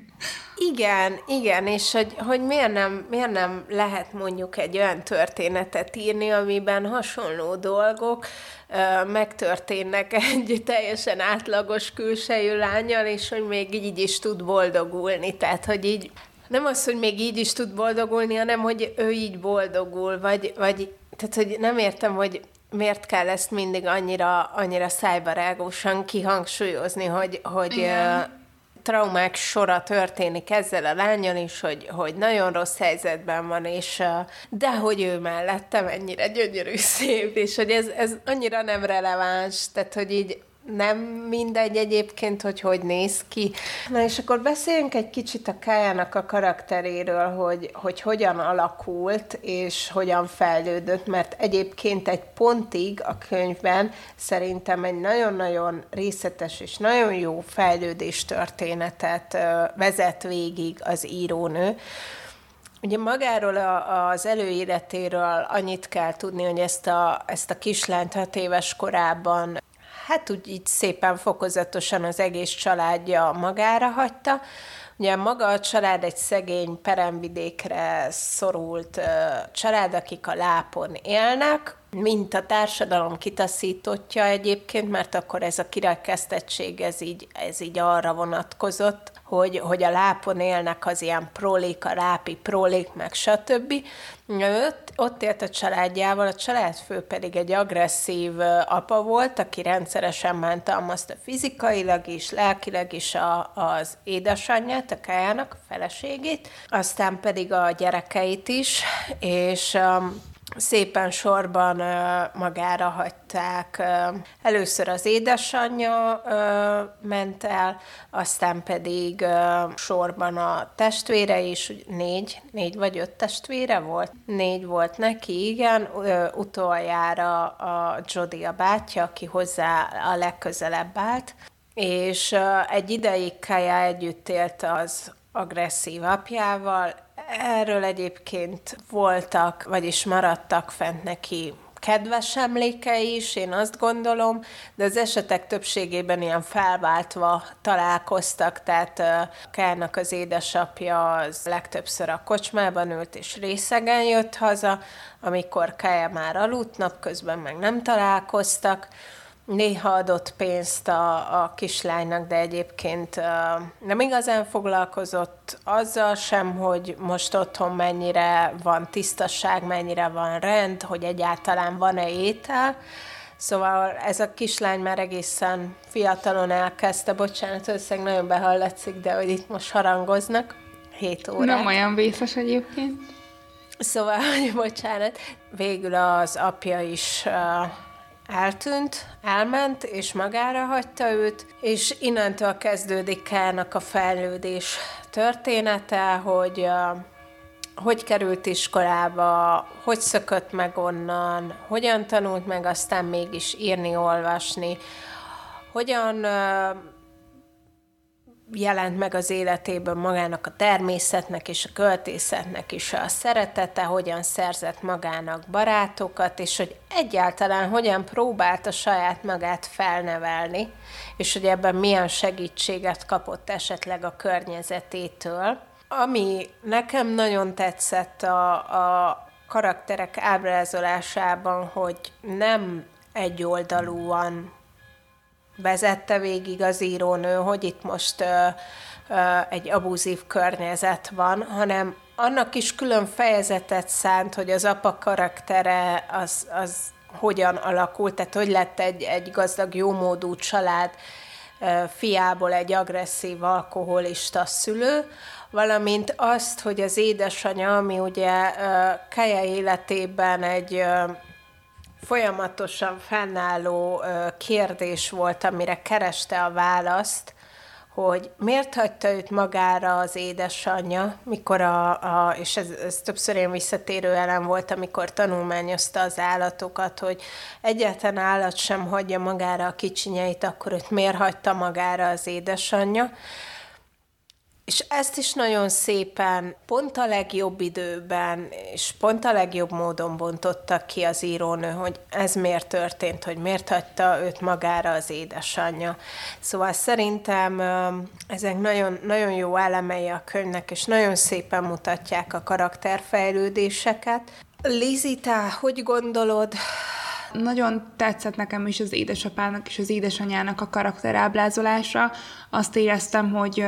Speaker 2: Igen, igen, és hogy, hogy miért, nem, miért nem lehet mondjuk egy olyan történetet írni, amiben hasonló dolgok ö, megtörténnek egy teljesen átlagos külsejű lánnyal, és hogy még így is tud boldogulni. Tehát, hogy így nem az, hogy még így is tud boldogulni, hanem hogy ő így boldogul, vagy, vagy tehát, hogy nem értem, hogy miért kell ezt mindig annyira, annyira szájbarágosan kihangsúlyozni, hogy, hogy ö, traumák sora történik ezzel a lánnyal is, hogy, hogy nagyon rossz helyzetben van, és de hogy ő mellette mennyire gyönyörű szép, és hogy ez, ez annyira nem releváns, tehát hogy így nem mindegy egyébként, hogy hogy néz ki. Na és akkor beszéljünk egy kicsit a Kájának a karakteréről, hogy, hogy hogyan alakult, és hogyan fejlődött, mert egyébként egy pontig a könyvben szerintem egy nagyon-nagyon részletes és nagyon jó fejlődés történetet vezet végig az írónő. Ugye magáról a, az előéletéről annyit kell tudni, hogy ezt a, ezt a kislányt hat éves korában hát úgy így szépen fokozatosan az egész családja magára hagyta. Ugye maga a család egy szegény peremvidékre szorult család, akik a lápon élnek, mint a társadalom kitaszítottja egyébként, mert akkor ez a kirekesztettség, ez így, ez így arra vonatkozott, hogy, hogy a lápon élnek az ilyen prolik, a lápi prolik, meg stb. Ott, ott élt a családjával, a családfő pedig egy agresszív apa volt, aki rendszeresen bántalmazta fizikailag is, lelkileg is a, az édesanyját, a Kájának, a feleségét, aztán pedig a gyerekeit is, és um, szépen sorban uh, magára hagyták. Uh, először az édesanyja uh, ment el, aztán pedig uh, sorban a testvére is, négy, négy vagy öt testvére volt? Négy volt neki, igen. Uh, utoljára a Jodie a bátyja, aki hozzá a legközelebb állt, és uh, egy ideig Kája együtt élt az agresszív apjával. Erről egyébként voltak, vagyis maradtak fent neki kedves emlékei is, én azt gondolom, de az esetek többségében ilyen felváltva találkoztak, tehát Kájának az édesapja az legtöbbször a kocsmában ült és részegen jött haza, amikor Kája már aludt, napközben meg nem találkoztak. Néha adott pénzt a, a kislánynak, de egyébként uh, nem igazán foglalkozott azzal sem, hogy most otthon mennyire van tisztaság, mennyire van rend, hogy egyáltalán van-e étel. Szóval ez a kislány már egészen fiatalon elkezdte, bocsánat, összeg nagyon behallatszik, de hogy itt most harangoznak, hét órát.
Speaker 1: Nem olyan vészes egyébként.
Speaker 2: Szóval, hogy bocsánat, végül az apja is uh, eltűnt, elment, és magára hagyta őt, és innentől kezdődik Kájának a fejlődés története, hogy uh, hogy került iskolába, hogy szökött meg onnan, hogyan tanult meg aztán mégis írni, olvasni, hogyan uh, jelent meg az életében magának a természetnek és a költészetnek is a szeretete, hogyan szerzett magának barátokat, és hogy egyáltalán hogyan próbálta saját magát felnevelni, és hogy ebben milyen segítséget kapott esetleg a környezetétől. Ami nekem nagyon tetszett a, a karakterek ábrázolásában, hogy nem egyoldalúan vezette végig az írónő, hogy itt most ö, ö, egy abúzív környezet van, hanem annak is külön fejezetet szánt, hogy az apa karaktere az, az hogyan alakult, tehát hogy lett egy, egy gazdag, jómódú család ö, fiából egy agresszív, alkoholista szülő, valamint azt, hogy az édesanyja, ami ugye Kája életében egy ö, folyamatosan fennálló kérdés volt, amire kereste a választ, hogy miért hagyta őt magára az édesanyja, mikor a, a és ez, ez többször én visszatérő elem volt, amikor tanulmányozta az állatokat, hogy egyetlen állat sem hagyja magára a kicsinyeit, akkor őt miért hagyta magára az édesanyja. És ezt is nagyon szépen, pont a legjobb időben, és pont a legjobb módon bontottak ki az írónő, hogy ez miért történt, hogy miért hagyta őt magára az édesanyja. Szóval szerintem ezek nagyon, nagyon jó elemei a könyvnek, és nagyon szépen mutatják a karakterfejlődéseket. Lizi, te hogy gondolod?
Speaker 1: Nagyon tetszett nekem is az édesapának és az édesanyának a karakterábrázolása. Azt éreztem, hogy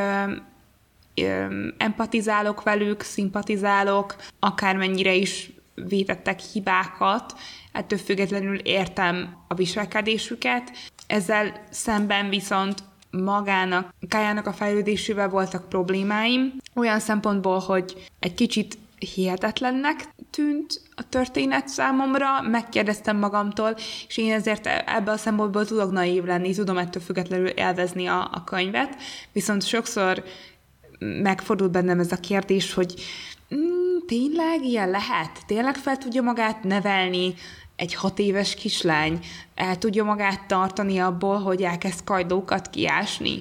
Speaker 1: empatizálok velük, szimpatizálok, akármennyire is vétettek hibákat, ettől függetlenül értem a viselkedésüket. Ezzel szemben viszont magának, Kájának a fejlődésével voltak problémáim, olyan szempontból, hogy egy kicsit hihetetlennek tűnt a történet számomra, megkérdeztem magamtól, és én ezért ebből a szempontból tudok naív lenni, tudom ettől függetlenül élvezni a, a könyvet, viszont sokszor megfordult bennem ez a kérdés, hogy mm, tényleg ilyen lehet? Tényleg fel tudja magát nevelni egy hat éves kislány? El tudja magát tartani abból, hogy elkezd kajdókat kiásni?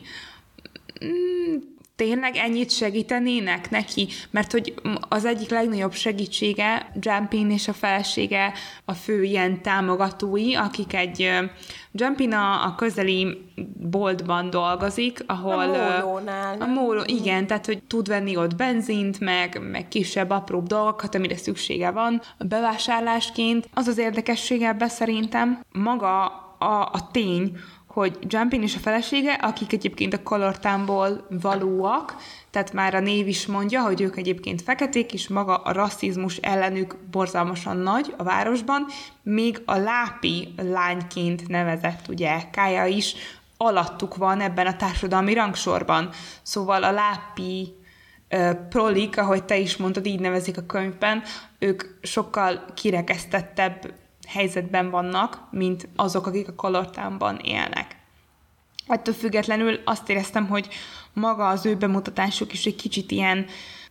Speaker 1: Mm, tényleg ennyit segítenének neki? Mert hogy az egyik legnagyobb segítsége, Jumpin és a felesége a fő ilyen támogatói, akik egy Jumpin a, a közeli boltban dolgozik, ahol...
Speaker 2: A mólónál.
Speaker 1: A móló, igen, tehát hogy tud venni ott benzint, meg, meg kisebb, apróbb dolgokat, amire szüksége van bevásárlásként. Az az érdekessége ebben szerintem maga a, a tény, hogy Jumpin és a felesége, akik egyébként a Color Townból valóak, tehát már a név is mondja, hogy ők egyébként feketék, és maga a rasszizmus ellenük borzalmasan nagy a városban, még a Lápi lányként nevezett, ugye, Kája is alattuk van ebben a társadalmi rangsorban. Szóval a Lápi uh, prolik, ahogy te is mondtad, így nevezik a könyvben, ők sokkal kirekesztettebb helyzetben vannak, mint azok, akik a Color Townban élnek. Ettől függetlenül azt éreztem, hogy maga az ő bemutatásuk is egy kicsit ilyen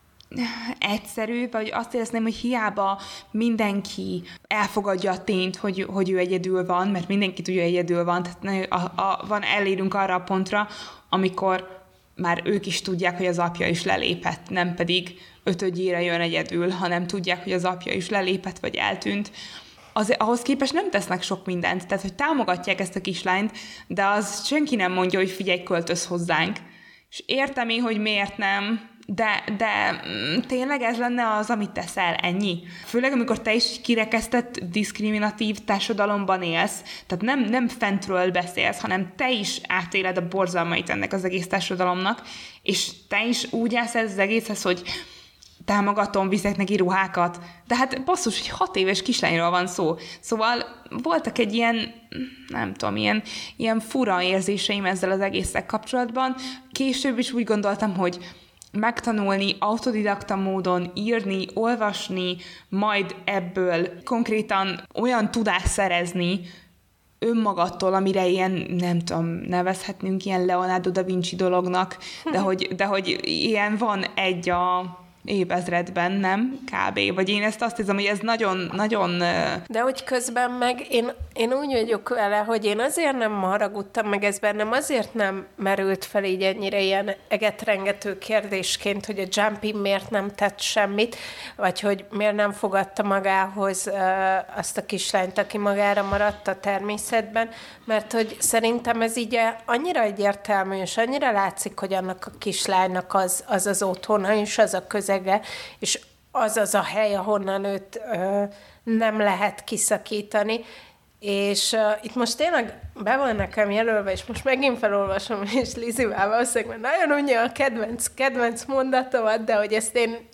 Speaker 1: egyszerű, vagy azt érezném, hogy hiába mindenki elfogadja a tényt, hogy, hogy ő egyedül van, mert mindenki tudja, hogy egyedül van, tehát a, a, van, elérünk arra a pontra, amikor már ők is tudják, hogy az apja is lelépett, nem pedig ötödjére jön egyedül, hanem tudják, hogy az apja is lelépett, vagy eltűnt. Az, ahhoz képest nem tesznek sok mindent, tehát hogy támogatják ezt a kislányt, de az senki nem mondja, hogy figyelj, költöz hozzánk. És értem én, hogy miért nem, de, de tényleg ez lenne az, amit teszel, ennyi. Főleg, amikor te is kirekesztett, diszkriminatív társadalomban élsz, tehát nem, nem fentről beszélsz, hanem te is átéled a borzalmait ennek az egész társadalomnak, és te is úgy állsz ez az egészhez, hogy támogatom, viszek neki ruhákat, de hát basszus, hogy hat éves kislányról van szó. Szóval voltak egy ilyen, nem tudom, ilyen, ilyen fura érzéseim ezzel az egészszel kapcsolatban. Később is úgy gondoltam, hogy megtanulni, autodidakta módon írni, olvasni, majd ebből konkrétan olyan tudást szerezni önmagattól, amire ilyen, nem tudom, nevezhetnünk ilyen Leonardo da Vinci dolognak, de hogy, de hogy ilyen van egy a évezredben, nem? Kb. Vagy én ezt azt hiszem, hogy ez nagyon, nagyon...
Speaker 2: De hogy közben meg én, én úgy vagyok vele, hogy én azért nem haragudtam, meg ez bennem azért nem merült fel így ennyire ilyen egetrengető kérdésként, hogy a Jumpin miért nem tett semmit, vagy hogy miért nem fogadta magához uh, azt a kislányt, aki magára maradt a természetben, mert hogy szerintem ez így annyira egyértelmű, és annyira látszik, hogy annak a kislánynak az az, az otthona, és az a közege, és az az a hely, ahonnan őt ö, nem lehet kiszakítani, és uh, itt most tényleg be van nekem jelölve, és most megint felolvasom, és Lizivel valószínűleg nagyon unja a kedvenc, kedvenc mondatomat, de hogy ezt én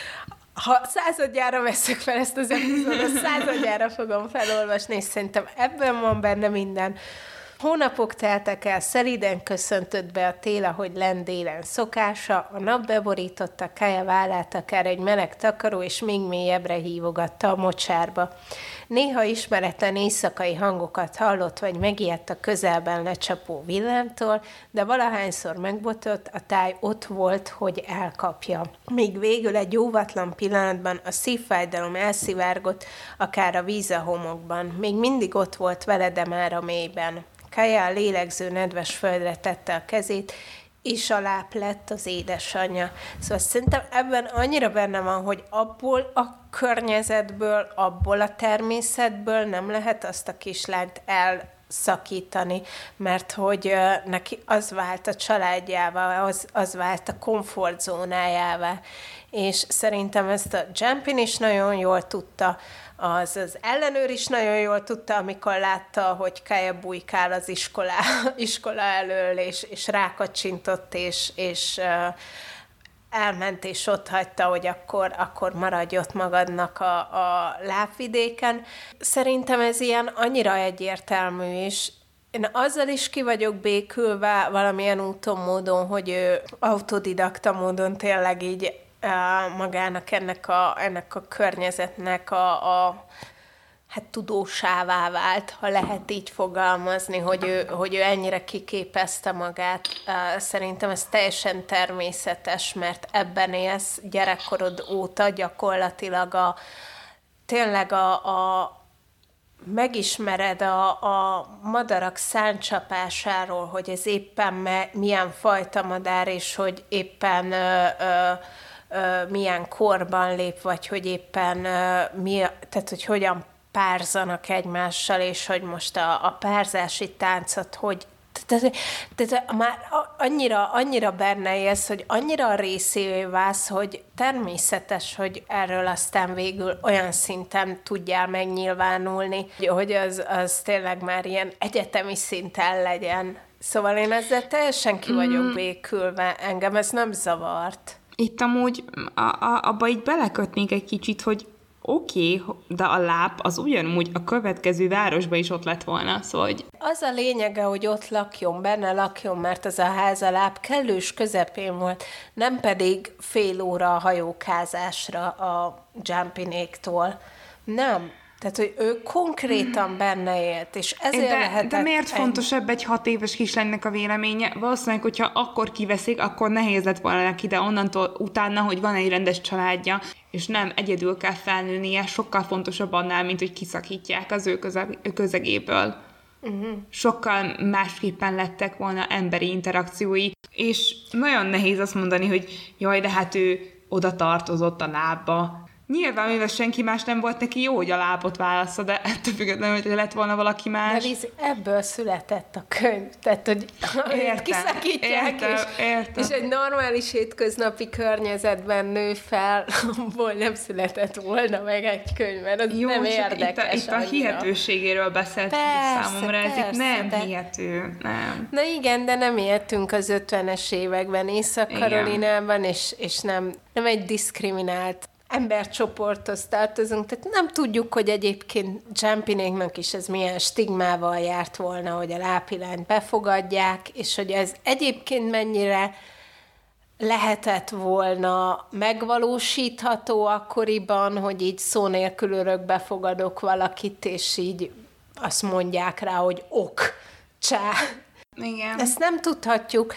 Speaker 2: ha századjára veszek fel ezt az epizódot, századjára fogom felolvasni, és szerintem ebben van benne minden. Hónapok teltek el, szelíden köszöntött be a tél, ahogy lent délen szokása, a nap beborította Kaja vállát, akár egy meleg takaró, és még mélyebbre hívogatta a mocsárba. Néha ismeretlen éjszakai hangokat hallott, vagy megijedt a közelben lecsapó villámtól, de valahányszor megbotott, a táj ott volt, hogy elkapja. Míg végül egy óvatlan pillanatban a szívfájdalom elszivárgott, akár a víz a homokban. Még mindig ott volt vele, de már a mélyben. Kaja a lélegző nedves földre tette a kezét, és a láp lett az édesanyja. Szóval szerintem ebben annyira benne van, hogy abból a környezetből, abból a természetből nem lehet azt a kislányt elszakítani, mert hogy neki az vált a családjává, az, az vált a komfortzónájává. És szerintem ezt a Jumpin is nagyon jól tudta, az, az ellenőr is nagyon jól tudta, amikor látta, hogy Kaja bujkál az iskola, iskola elől, és, és rákacsintott, és, és uh, elment, és ott hagyta, hogy akkor, akkor maradj ott magadnak a, a lábvidéken. Szerintem ez ilyen annyira egyértelmű, és én azzal is ki vagyok békülve valamilyen úton, módon, hogy ő autodidakta módon tényleg így magának ennek a, ennek a környezetnek a, a hát tudósává vált, ha lehet így fogalmazni, hogy ő, hogy ő ennyire kiképezte magát. Szerintem ez teljesen természetes, mert ebben élsz gyerekkorod óta gyakorlatilag a, tényleg a, a megismered a, a madarak száncsapásáról, hogy ez éppen me, milyen fajta madár, és hogy éppen ö, ö, milyen korban lép, vagy hogy éppen mi, tehát hogy hogyan párzanak egymással, és hogy most a, a párzási táncot, hogy tehát, tehát már annyira, annyira benne élsz, hogy annyira a részévé válsz, hogy természetes, hogy erről aztán végül olyan szinten tudjál megnyilvánulni, hogy az, az tényleg már ilyen egyetemi szinten legyen. Szóval én ezzel teljesen ki vagyok békülve, engem ez nem zavart.
Speaker 1: Itt amúgy a, a, abba így belekötnék egy kicsit, hogy oké, okay, de a láp az ugyanúgy a következő városban is ott lett volna, szóval hogy...
Speaker 2: Az a lényege, hogy ott lakjon, benne lakjon, mert az a ház a láp kellős közepén volt, nem pedig fél óra a hajókázásra a Jumpinéktól. Nem. Tehát, hogy ő konkrétan benne élt, és ezért
Speaker 1: de,
Speaker 2: lehetett...
Speaker 1: De miért
Speaker 2: egy...
Speaker 1: fontos ebbe egy hat éves kislánynak a véleménye? Valószínűleg, hogyha akkor kiveszik, akkor nehéz lett volna neki, de onnantól utána, hogy van egy rendes családja, és nem egyedül kell felnőnie, sokkal fontosabb annál, mint hogy kiszakítják az ő köze- közegéből. Uh-huh. Sokkal másképpen lettek volna emberi interakciói, és nagyon nehéz azt mondani, hogy jaj, de hát ő oda tartozott a lábba. Nyilván, mivel senki más nem volt neki jó, hogy a lábot válassza, de ettől függetlenül, hogy lett volna valaki más.
Speaker 2: De Liz, ebből született a könyv. Tehát, hogy
Speaker 1: értem,
Speaker 2: kiszakítják,
Speaker 1: értem,
Speaker 2: és,
Speaker 1: értem.
Speaker 2: és egy normális hétköznapi környezetben nő fel, abból nem született volna meg egy könyv, mert az jó, nem érdekes.
Speaker 1: Itt a, itt a hihetőségéről beszélt számomra, ez itt nem de... hihető, nem.
Speaker 2: Na igen, de nem éltünk az ötvenes években Észak-Karolinában, és, és nem, nem egy diszkriminált embercsoporthoz tartozunk, tehát nem tudjuk, hogy egyébként Jumpinéknak is ez milyen stigmával járt volna, hogy a lápilányt befogadják, és hogy ez egyébként mennyire lehetett volna megvalósítható akkoriban, hogy így szó nélkül örökbe fogadok valakit, és így azt mondják rá, hogy ok, csá.
Speaker 1: Igen.
Speaker 2: Ezt nem tudhatjuk.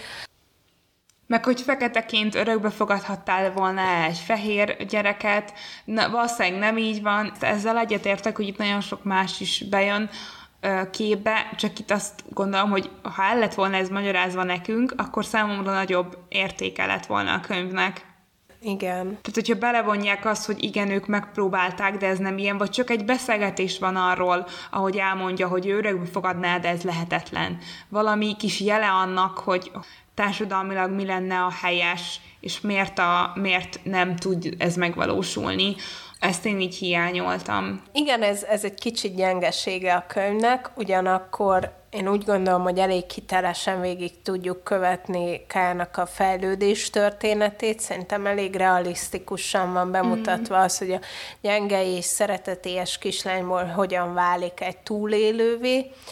Speaker 1: Meg hogy feketeként örökbe fogadhattál volna egy fehér gyereket, na, valószínűleg nem így van, ezzel egyetértek, hogy itt nagyon sok más is bejön ö, képbe, csak itt azt gondolom, hogy ha el lett volna ez magyarázva nekünk, akkor számomra nagyobb értéke lett volna a könyvnek.
Speaker 2: Igen.
Speaker 1: Tehát, hogyha belevonják azt, hogy igen, ők megpróbálták, de ez nem ilyen, vagy csak egy beszélgetés van arról, ahogy elmondja, hogy ő örökbe fogadná, de ez lehetetlen. Valami kis jele annak, hogy társadalmilag mi lenne a helyes, és miért, a, miért nem tud ez megvalósulni. Ezt én így hiányoltam.
Speaker 2: Igen, ez, ez egy kicsit gyengesége a könyvnek, ugyanakkor én úgy gondolom, hogy elég hitelesen végig tudjuk követni Kájának a fejlődés történetét. Szerintem elég realisztikusan van bemutatva mm. az, hogy a gyenge és szeretetélyes kislányból hogyan válik egy túlélővé.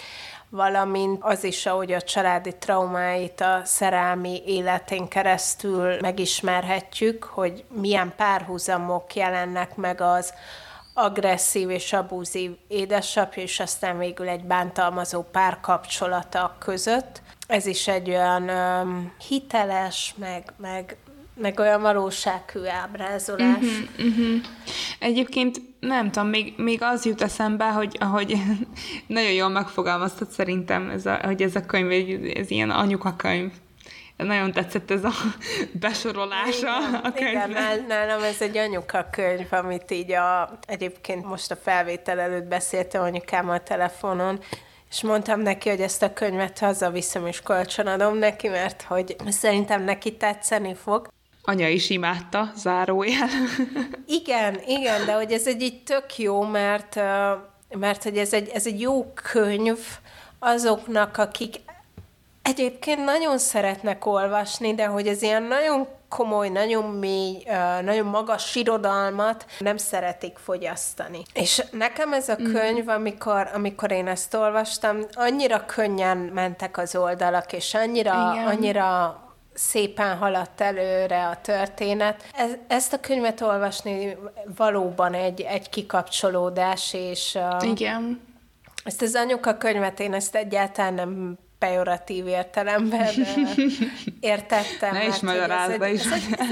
Speaker 2: valamint az is, ahogy a családi traumáit a szerelmi életén keresztül megismerhetjük, hogy milyen párhuzamok jelennek meg az agresszív és abúzív édesapja, és aztán végül egy bántalmazó párkapcsolata között. Ez is egy olyan um, hiteles, meg, meg, meg olyan valósághű ábrázolás.
Speaker 1: Uh-huh, uh-huh. Egyébként nem tudom, még, még az jut eszembe, hogy ahogy nagyon jól megfogalmaztad szerintem, ez a, hogy ez a könyv, ez ilyen anyukakönyv. Nagyon tetszett ez a besorolása
Speaker 2: igen,
Speaker 1: a könyvnek.
Speaker 2: Igen, nálam ez egy anyukakönyv, amit így a, egyébként most a felvétel előtt beszéltem anyukámmal a telefonon, és mondtam neki, hogy ezt a könyvet hazaviszem és kölcsönadom neki, mert hogy szerintem neki tetszeni fog.
Speaker 1: Anya is imádta, zárójel.
Speaker 2: Igen, igen, de hogy ez egy így tök jó, mert, mert hogy ez egy, ez egy jó könyv azoknak, akik egyébként nagyon szeretnek olvasni, de hogy ez ilyen nagyon komoly, nagyon mély, nagyon magas irodalmat nem szeretik fogyasztani. És nekem ez a könyv, amikor, amikor én ezt olvastam, annyira könnyen mentek az oldalak, és annyira, annyira szépen haladt előre a történet. Ez, ezt a könyvet olvasni valóban egy, egy kikapcsolódás, és
Speaker 1: igen.
Speaker 2: Ezt az anyuka könyvet én ezt egyáltalán nem pejoratív értelemben értettem.
Speaker 1: Ne is magyarázd is.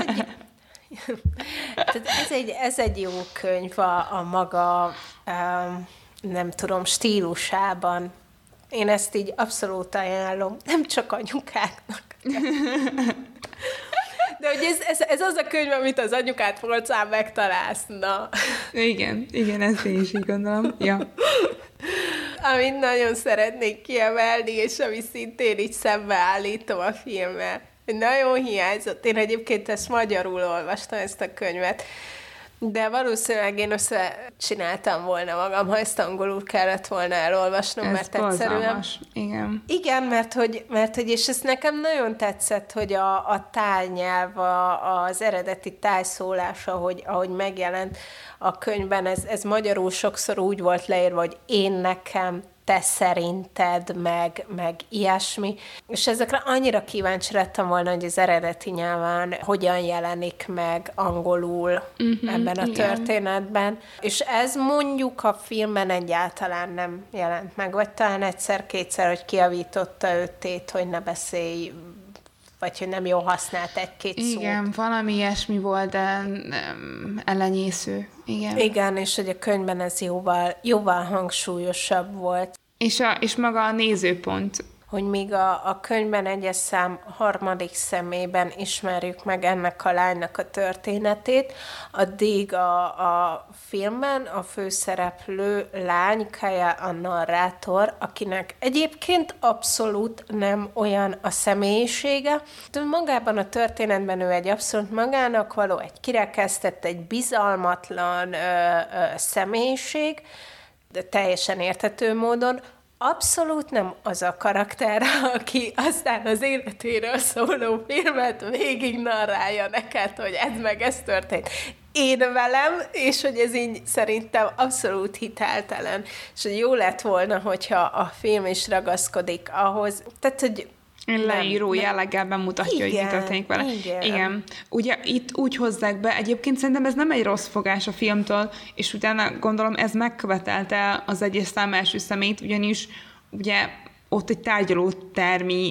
Speaker 2: Ez egy, ez egy jó könyv a, a maga, nem tudom, stílusában. Én ezt így abszolút ajánlom, nem csak anyukáknak. De hogy ez, ez, ez az a könyv, amit az anyukát polcán megtalálsz, na.
Speaker 1: Igen, igen, ezt én is így gondolom. Ja.
Speaker 2: Amit nagyon szeretnék kiemelni, és ami szintén így szembeállítom a filmmel. Nagyon hiányzott. Én egyébként ezt magyarul olvastam, ezt a könyvet, de valószínűleg én összecsináltam volna magam, ha ezt angolul kellett volna elolvasnom,
Speaker 1: ez
Speaker 2: mert egyszerűen...
Speaker 1: Igen.
Speaker 2: Igen, mert hogy, mert hogy, és ez nekem nagyon tetszett, hogy a, a tájnyelv, a, az eredeti tájszólás, ahogy, ahogy megjelent a könyvben, ez, ez magyarul sokszor úgy volt leírva, hogy én nekem, te szerinted, meg, meg ilyesmi. És ezekre annyira kíváncsi lettem volna, hogy az eredeti nyelven hogyan jelenik meg angolul uh-huh, ebben a igen. történetben. És ez mondjuk a filmben egyáltalán nem jelent meg, vagy talán egyszer-kétszer, hogy kiavította őtét, hogy ne beszélj, vagy hogy nem jól használt egy-két szót.
Speaker 1: Igen, valami ilyesmi volt, de nem, ellenyésző. Igen.
Speaker 2: Igen, és hogy a könyvben ez jóval, jóval hangsúlyosabb volt.
Speaker 1: És, a, és maga a nézőpont.
Speaker 2: Hogy míg a, a könyvben egyes szám harmadik szemében ismerjük meg ennek a lánynak a történetét, addig a, a filmben a főszereplő lány, Kaja a narrátor, akinek egyébként abszolút nem olyan a személyisége. De magában a történetben ő egy abszolút magának való, egy kirekesztett, egy bizalmatlan ö, ö, személyiség, de teljesen érthető módon, abszolút nem az a karakter, aki aztán az életéről szóló filmet végig narrálja neked, hogy ez meg ez történt. Én velem, és hogy ez így szerintem abszolút hiteltelen. És hogy jó lett volna, hogyha a film is ragaszkodik ahhoz, tehát, hogy
Speaker 1: leíró jelleggel bemutatja, igen, hogy mi történik vele.
Speaker 2: Igen.
Speaker 1: igen. Ugye itt úgy hozzák be, egyébként szerintem ez nem egy rossz fogás a filmtől, és utána gondolom ez megkövetelte az egyes szám első személyt, ugyanis ugye ott egy tárgyalótermi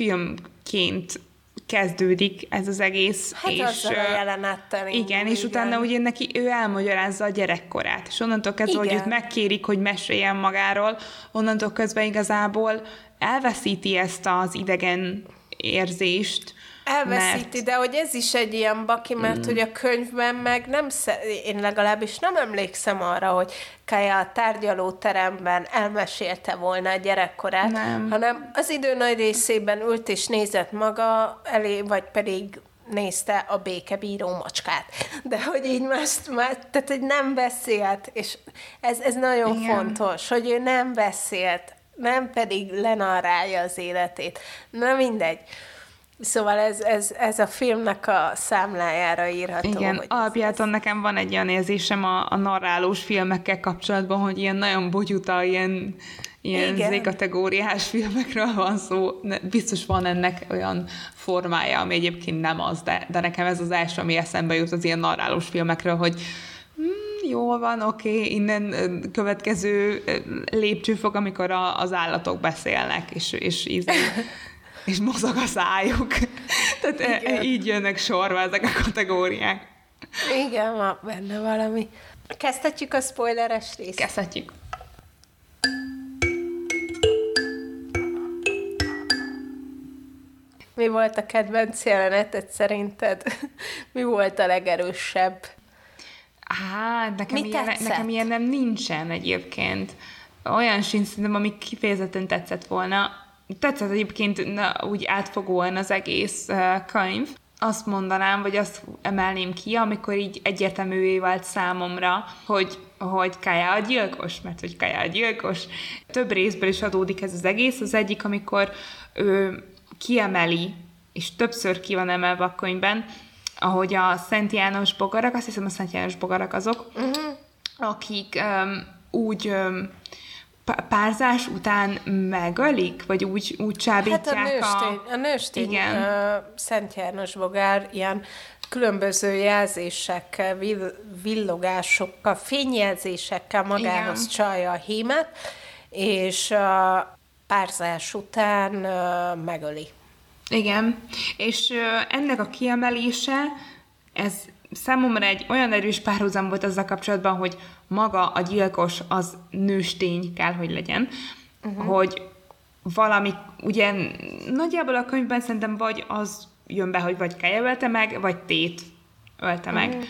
Speaker 1: filmként kezdődik ez az egész.
Speaker 2: Hát
Speaker 1: és,
Speaker 2: azzal a jelenettel.
Speaker 1: Igen, igen, és utána ugye neki ő elmagyarázza a gyerekkorát, és onnantól kezdve, igen. hogy őt megkérik, hogy meséljen magáról, onnantól közben igazából elveszíti ezt az idegen érzést.
Speaker 2: Elveszíti,
Speaker 1: mert...
Speaker 2: de hogy ez is egy ilyen baki, mert mm. hogy a könyvben meg nem, sze- én legalábbis nem emlékszem arra, hogy Kaja a tárgyalóteremben elmesélte volna a gyerekkorát,
Speaker 1: nem.
Speaker 2: hanem az idő nagy részében ült és nézett maga elé, vagy pedig nézte a békebíró macskát. De hogy így más, más tehát hogy nem beszélt, és ez, ez nagyon igen. fontos, hogy ő nem beszélt, nem pedig lenarrálja az életét. Na mindegy. Szóval ez, ez, ez a filmnek a számlájára írható.
Speaker 1: Igen, alapjáton nekem van egy olyan érzésem a, a narrálós filmekkel kapcsolatban, hogy ilyen nagyon bogyuta, ilyen, ilyen Z-kategóriás filmekről van szó. Biztos van ennek olyan formája, ami egyébként nem az, de, de nekem ez az első, ami eszembe jut az ilyen narrálós filmekről, hogy hmm, jól van, oké, okay, innen következő lépcsőfok, amikor a, az állatok beszélnek, és, és ízé, és mozog a szájuk. Tehát igen. Így jönnek sorba ezek a kategóriák.
Speaker 2: Igen, van benne valami. Kezdhetjük a spoileres részt?
Speaker 1: Kezdhetjük.
Speaker 2: Mi volt a kedvenc jeleneted szerinted? Mi volt a legerősebb?
Speaker 1: Hát, nekem, ilyen, nekem ilyen nem nincsen egyébként. Olyan sincs, szerintem, ami kifejezetten tetszett volna. Tetszett egyébként na, úgy átfogóan az egész uh, könyv. Azt mondanám, vagy azt emelném ki, amikor így egyértelművé vált számomra, hogy, hogy Kaja a gyilkos, mert hogy Kaja a gyilkos. Több részből is adódik ez az egész. Az egyik, amikor ő kiemeli, és többször ki van emelve a könyvben, ahogy a Szent János bogarak, azt hiszem a Szent János bogarak azok, uh-huh. akik um, úgy um, párzás után megölik, vagy úgy, úgy csábítják
Speaker 2: hát a nőstény, a... a nőstény igen. Uh, Szent János bogár ilyen különböző jelzésekkel, vill, villogásokkal, fényjelzésekkel magához igen. csalja a hímet, és a párzás után uh, megöli.
Speaker 1: Igen, és uh, ennek a kiemelése, ez számomra egy olyan erős párhuzam volt azzal kapcsolatban, hogy maga a gyilkos az nőstény kell, hogy legyen, uh-huh. hogy valami, ugye nagyjából a könyvben szerintem vagy az jön be, hogy vagy Kaja ölte meg, vagy Tét ölte meg, uh-huh.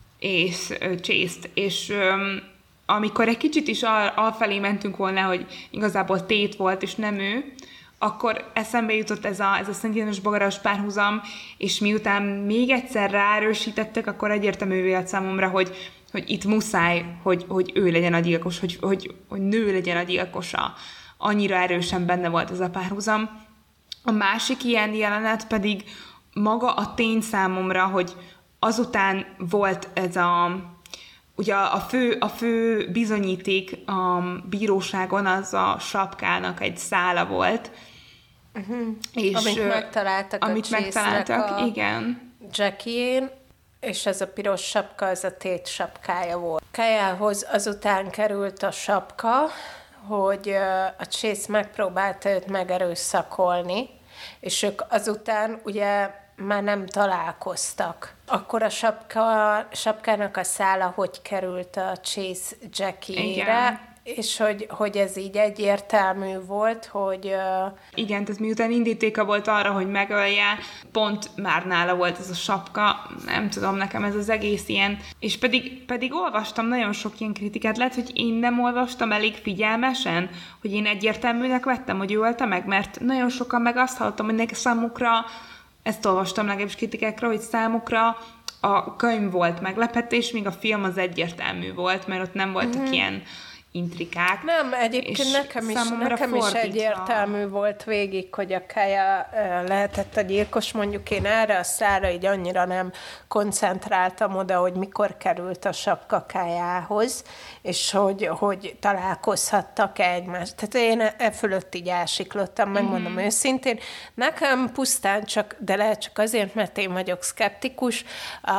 Speaker 1: és uh, Chase-t, és um, amikor egy kicsit is al- alfelé mentünk volna, hogy igazából Tét volt, és nem ő, akkor eszembe jutott ez a, ez a Szent János bogaras párhuzam, és miután még egyszer ráerősítettek, akkor egyértelművé vált számomra, hogy, hogy itt muszáj, hogy, hogy ő legyen a gyilkos, hogy, hogy, hogy nő legyen a gyilkosa. Annyira erősen benne volt ez a párhuzam. A másik ilyen jelenet pedig maga a tény számomra, hogy azután volt ez a... Ugye a fő, a fő bizonyíték a bíróságon az a sapkának egy szála volt.
Speaker 2: Uh-huh. És amit megtaláltak
Speaker 1: amit a megtaláltak, a igen.
Speaker 2: Jackie-én, és ez a piros sapka, az a Tét sapkája volt. Kajához azután került a sapka, hogy a Chase megpróbálta őt megerőszakolni, és ők azután ugye már nem találkoztak. Akkor a sapka, sapkának a szála hogy került a Chase Jackie-re, és hogy, hogy ez így egyértelmű volt, hogy... Uh...
Speaker 1: Igen, tehát miután indítéka volt arra, hogy megölje, pont már nála volt ez a sapka, nem tudom, nekem ez az egész ilyen, és pedig, pedig olvastam nagyon sok ilyen kritikát, lehet, hogy én nem olvastam elég figyelmesen, hogy én egyértelműnek vettem, hogy ő ölte meg, mert nagyon sokan meg azt hallottam, hogy neki számukra, ezt olvastam legalábbis kritikákra, hogy számukra a könyv volt meglepetés, míg a film az egyértelmű volt, mert ott nem voltak mm-hmm. ilyen intrikák.
Speaker 2: Nem, egyébként nekem is, nekem is egyértelmű volt végig, hogy a Kaja lehetett a gyilkos, mondjuk én erre a szára így annyira nem koncentráltam oda, hogy mikor került a sapka Kajához, és hogy, hogy találkozhattak egymást. Tehát én e fölött így elsiklottam, megmondom mm-hmm. őszintén. Nekem pusztán csak, de lehet csak azért, mert én vagyok szkeptikus, a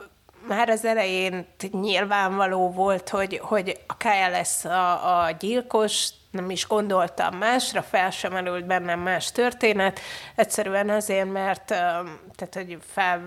Speaker 2: már az elején nyilvánvaló volt, hogy, hogy a Kaja lesz a, a gyilkos, nem is gondoltam másra, fel sem merült bennem más történet, egyszerűen azért, mert tehát, hogy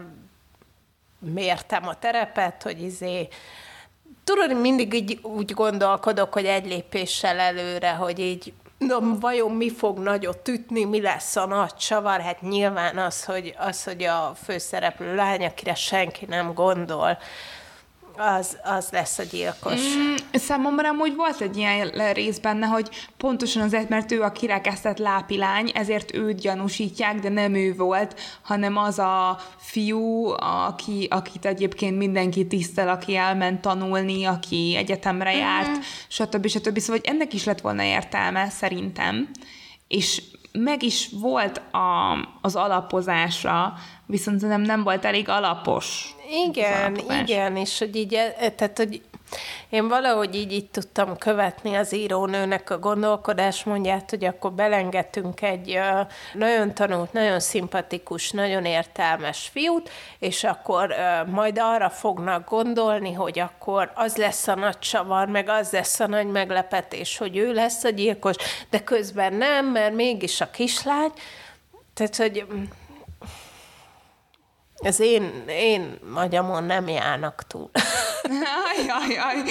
Speaker 2: felmértem a terepet, hogy izé, tudod, mindig így úgy gondolkodok, hogy egy lépéssel előre, hogy így no, vajon mi fog nagyot ütni, mi lesz a nagy csavar? Hát nyilván az, hogy, az, hogy a főszereplő lány, akire senki nem gondol, az, az lesz a gyilkos. Mm,
Speaker 1: számomra amúgy volt egy ilyen rész benne, hogy pontosan azért, mert ő a kirekesztett lápilány, ezért őt gyanúsítják, de nem ő volt, hanem az a fiú, aki, akit egyébként mindenki tisztel, aki elment tanulni, aki egyetemre járt, mm. stb. stb. Szóval ennek is lett volna értelme, szerintem. És meg is volt a, az alapozása, viszont nem, nem volt elég alapos.
Speaker 2: Igen, igen, és hogy így, tehát, hogy én valahogy így, így tudtam követni az írónőnek a gondolkodásmódját, hogy akkor belengedtünk egy uh, nagyon tanult, nagyon szimpatikus, nagyon értelmes fiút, és akkor uh, majd arra fognak gondolni, hogy akkor az lesz a nagy csavar, meg az lesz a nagy meglepetés, hogy ő lesz a gyilkos, de közben nem, mert mégis a kislány. Tehát, hogy ez én, én agyamon nem járnak túl.
Speaker 1: Ajaj, ajaj.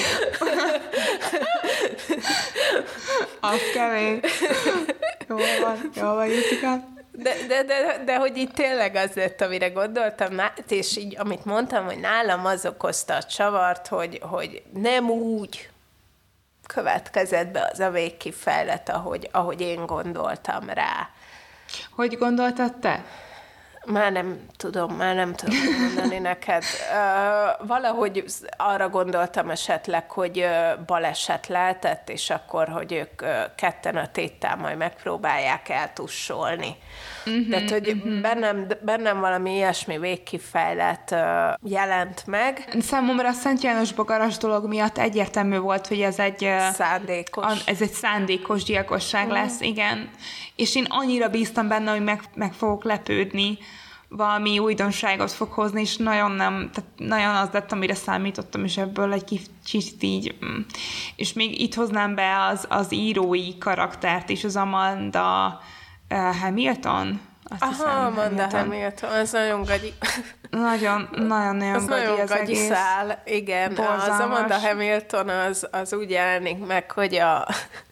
Speaker 1: Az kemény. Jól van, jól van, Jutika.
Speaker 2: De, de, de, de hogy itt tényleg az lett, amire gondoltam, és így, amit mondtam, hogy nálam az okozta a csavart, hogy, hogy nem úgy következett be az a végkifejlet, ahogy, ahogy én gondoltam rá.
Speaker 1: Hogy gondoltad te?
Speaker 2: Már nem tudom, már nem tudom mondani neked. Uh, valahogy arra gondoltam esetleg, hogy uh, baleset lehetett, és akkor, hogy ők uh, ketten a téttel majd megpróbálják eltussolni. Uh-huh, Tehát, hogy uh-huh. bennem, bennem valami ilyesmi végkifejlet uh, jelent meg.
Speaker 1: Számomra a Szent János bogaras dolog miatt egyértelmű volt, hogy ez egy... Uh,
Speaker 2: szándékos.
Speaker 1: Ez egy szándékos gyilkosság uh-huh. lesz, igen. És én annyira bíztam benne, hogy meg, meg fogok lepődni, valami újdonságot fog hozni, és nagyon nem, tehát nagyon az lett, amire számítottam, és ebből egy kicsit így, és még itt hoznám be az, az írói karaktert is, az Amanda uh, Hamilton.
Speaker 2: Azt Aha, hiszem, Amanda Hamilton. Hamilton, az nagyon gagyi.
Speaker 1: Nagyon, nagyon, nagyon
Speaker 2: az
Speaker 1: gagyi
Speaker 2: nagyon
Speaker 1: az
Speaker 2: gagyi
Speaker 1: egész.
Speaker 2: szál, igen.
Speaker 1: Borzalmas.
Speaker 2: Az Amanda Hamilton az, az úgy jelenik meg, hogy a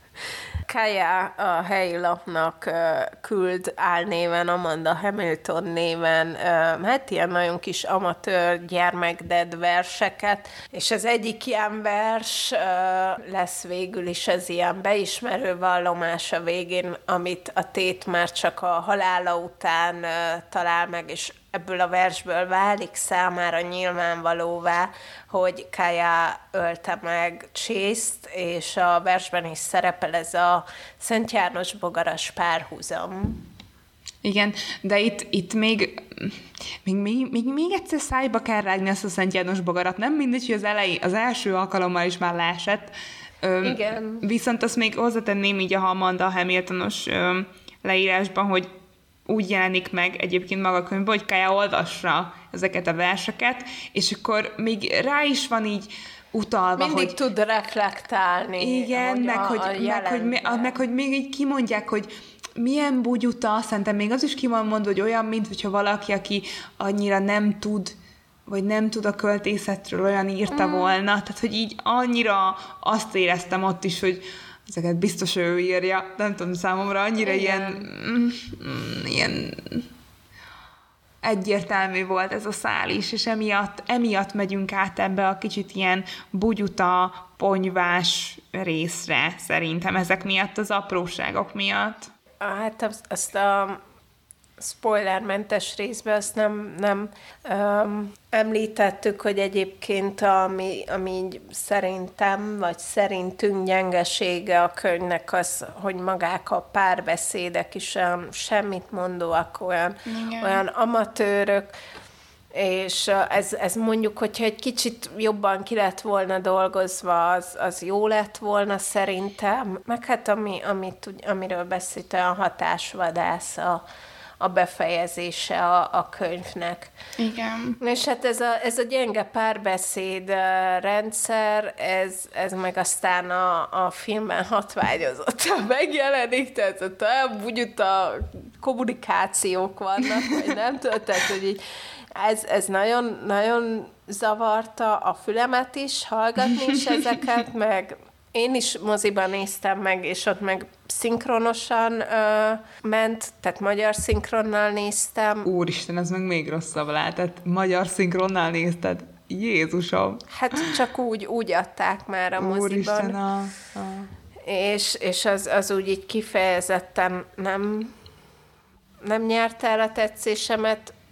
Speaker 2: Kaya a helyi lapnak uh, küld álnéven, Amanda Hamilton néven, uh, hát ilyen nagyon kis amatőr gyermekded verseket, és az egyik ilyen vers uh, lesz végül is az ilyen beismerő vallomás a végén, amit a tét már csak a halála után uh, talál meg, és ebből a versből válik számára nyilvánvalóvá, hogy Kaya ölte meg Chase-t, és a versben is szerepel ez a Szent János bogaras párhuzam.
Speaker 1: Igen, de itt, itt még, még, még, még, még egyszer szájba kell rágni ezt a Szent János bogarat. Nem mindegy, hogy az elején, az első alkalommal is már leesett. Öm,
Speaker 2: Igen.
Speaker 1: Viszont azt még hozzátenném így a Amanda Hamiltonos öm, leírásban, hogy úgy jelenik meg egyébként maga a könyvben, hogy Kaya olvassa ezeket a verseket, és akkor még rá is van így utalva,
Speaker 2: mindig
Speaker 1: hogy...
Speaker 2: tud reflektálni.
Speaker 1: Igen, meg,
Speaker 2: a,
Speaker 1: hogy,
Speaker 2: a
Speaker 1: meg, hogy, meg hogy még így kimondják, hogy milyen bugyuta, szerintem még az is ki van mondva, hogy olyan, mint hogyha valaki, aki annyira nem tud, vagy nem tud a költészetről, olyan írta mm. volna. Tehát, hogy így annyira azt éreztem ott is, hogy ezeket biztos ő írja, nem tudom, számomra annyira ilyen, mm, mm, ilyen egyértelmű volt ez a szál is, és emiatt, emiatt megyünk át ebbe a kicsit ilyen bugyuta, ponyvás részre szerintem, ezek miatt, az apróságok miatt.
Speaker 2: Hát azt a spoilermentes részben azt nem, nem um, említettük, hogy egyébként ami, ami így szerintem, vagy szerintünk gyengesége a könyvnek az, hogy magák a párbeszédek is olyan semmit mondóak, olyan, olyan amatőrök, és ez, ez mondjuk, hogyha egy kicsit jobban ki lett volna dolgozva, az, az jó lett volna szerintem, meg hát ami, amit, amiről beszélte a hatásvadász, a a befejezése a, a könyvnek.
Speaker 1: Igen.
Speaker 2: És hát ez a, ez a gyenge párbeszéd rendszer, ez, ez meg aztán a, a filmben hatványozottan megjelenik, tehát ott olyan bugyuta kommunikációk vannak, vagy nem tudom, tehát, hogy így ez, ez nagyon, nagyon zavarta a fülemet is, hallgatni is ezeket, meg én is moziban néztem meg, és ott meg szinkronosan ö, ment, tehát magyar szinkronnal néztem.
Speaker 1: Úristen, ez meg még rosszabb lehetett. Magyar szinkronnal nézted? Jézusom!
Speaker 2: Hát csak úgy, úgy adták már a moziban.
Speaker 1: Úristen, a... a...
Speaker 2: És, és az, az úgy így kifejezetten nem, nem nyerte el a tetszésemet.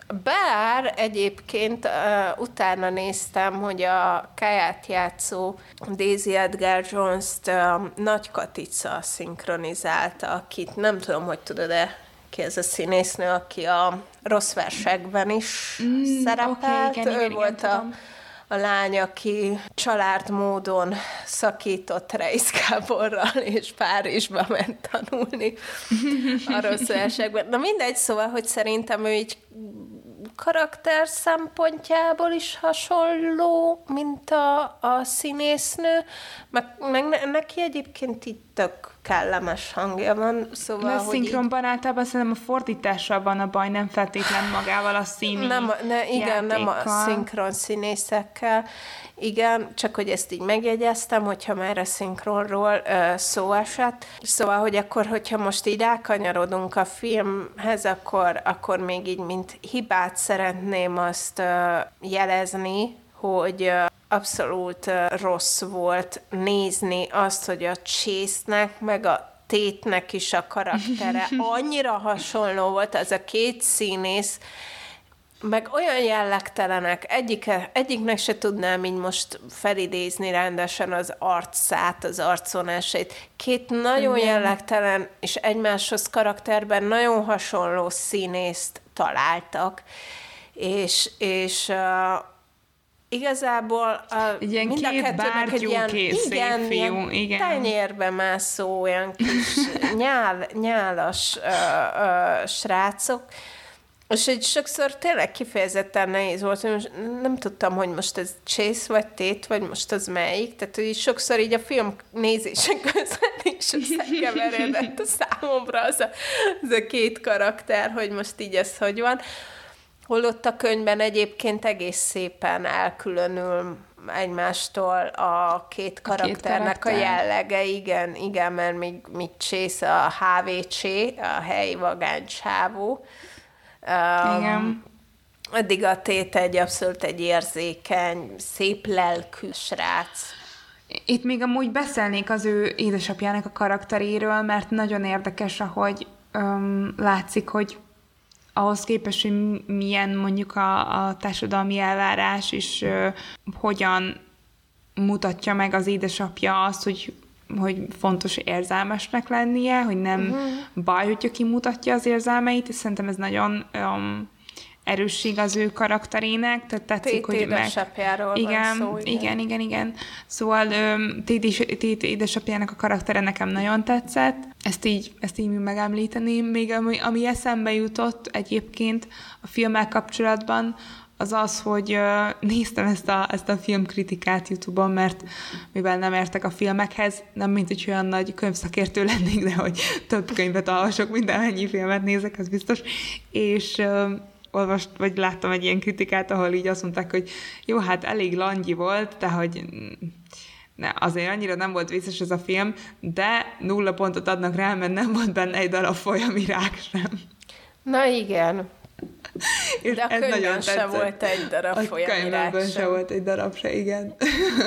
Speaker 2: Bár egyébként uh, utána néztem, hogy a Káját játszó Daisy Edgar Jones-t uh, Nagy Katica szinkronizálta, akit nem tudom, hogy tudod-e, ki ez a színésznő, aki a Rossz versekben is mm, szerepelt.
Speaker 1: Okay, igen,
Speaker 2: ő
Speaker 1: igen,
Speaker 2: volt
Speaker 1: igen,
Speaker 2: a, a lány, aki család módon szakított Reisz Gáborral, és Párizsba ment tanulni a Rossz versekben. Na mindegy, szóval, hogy szerintem ő így karakter szempontjából is hasonló, mint a, a színésznő, meg, meg ne, neki egyébként így tök kellemes hangja van, szóval,
Speaker 1: de a
Speaker 2: hogy
Speaker 1: szinkronban így... általában szerintem a fordítással van a baj, nem feltétlen magával a színi
Speaker 2: nem, ne, igen, játékkal. Nem a szinkron színészekkel. Igen, csak hogy ezt így megjegyeztem, hogyha már a szinkronról uh, szó esett. Szóval, hogy akkor, hogyha most így rákanyarodunk a filmhez, akkor, akkor még így, mint hibát szeretném azt uh, jelezni, hogy uh, abszolút uh, rossz volt nézni azt, hogy a Chase-nek, meg a Tate-nek is a karaktere annyira hasonló volt, az a két színész, meg olyan jellegtelenek, egyike, egyiknek se tudnám így most felidézni rendesen az arcát, az arcvonásait. Két nagyon igen. jellegtelen és egymáshoz karakterben nagyon hasonló színészt találtak, és, és uh, igazából uh,
Speaker 1: ilyen
Speaker 2: mind a kettőnek egy ilyen, igen,
Speaker 1: fiú,
Speaker 2: igen. tenyérbe mászó, olyan kis nyál, nyálas uh, uh, srácok, és egy sokszor tényleg kifejezetten nehéz volt, hogy most nem tudtam, hogy most ez Chase vagy Tate, vagy most az melyik. Tehát, hogy sokszor így a film nézése közben is összekeveredett a számomra az a, az a két karakter, hogy most így ez hogy van. Holott a könyvben egyébként egész szépen elkülönül egymástól a két karakternek a, két karakter. a jellege, igen, igen, mert még, még Chase a há vé cé, a helyi vagánycsávó. Um, Igen. Addig a Tate egy abszolút egy érzékeny, szép lelkű srác.
Speaker 1: Itt még amúgy beszélnék az ő édesapjának a karakteréről, mert nagyon érdekes, ahogy um, látszik, hogy ahhoz képest, hogy milyen mondjuk a, a társadalmi elvárás, és uh, hogyan mutatja meg az édesapja azt, hogy hogy fontos érzelmesnek lennie, hogy nem uh-huh. baj, hogyha kimutatja az érzelmeit, és szerintem ez nagyon um, erősség az ő karakterének, tehát tetszik,
Speaker 2: Tét
Speaker 1: hogy meg...
Speaker 2: igen,
Speaker 1: szó, igen, igen, igen, igen. Szóval um, Tét édesapjának a karaktere nekem nagyon tetszett, ezt így, ezt így megemlíteném, még ami, ami eszembe jutott egyébként a filmmel kapcsolatban, az az, hogy uh, néztem ezt a, ezt a filmkritikát YouTube-on, mert mivel nem értek a filmekhez, nem mint hogy olyan nagy könyvszakértő lennék, de hogy több könyvet olvasok, mindenennyi filmet nézek, az biztos, és uh, olvast, vagy láttam egy ilyen kritikát, ahol így azt mondták, hogy jó, hát elég langyi volt, de hogy ne, azért annyira nem volt vicces ez a film, de nulla pontot adnak rá, mert nem volt benne egy darab folyamirák sem.
Speaker 2: Na igen.
Speaker 1: És
Speaker 2: de a könyvben se volt egy darab folyamirák sem.
Speaker 1: se volt egy darab se, igen.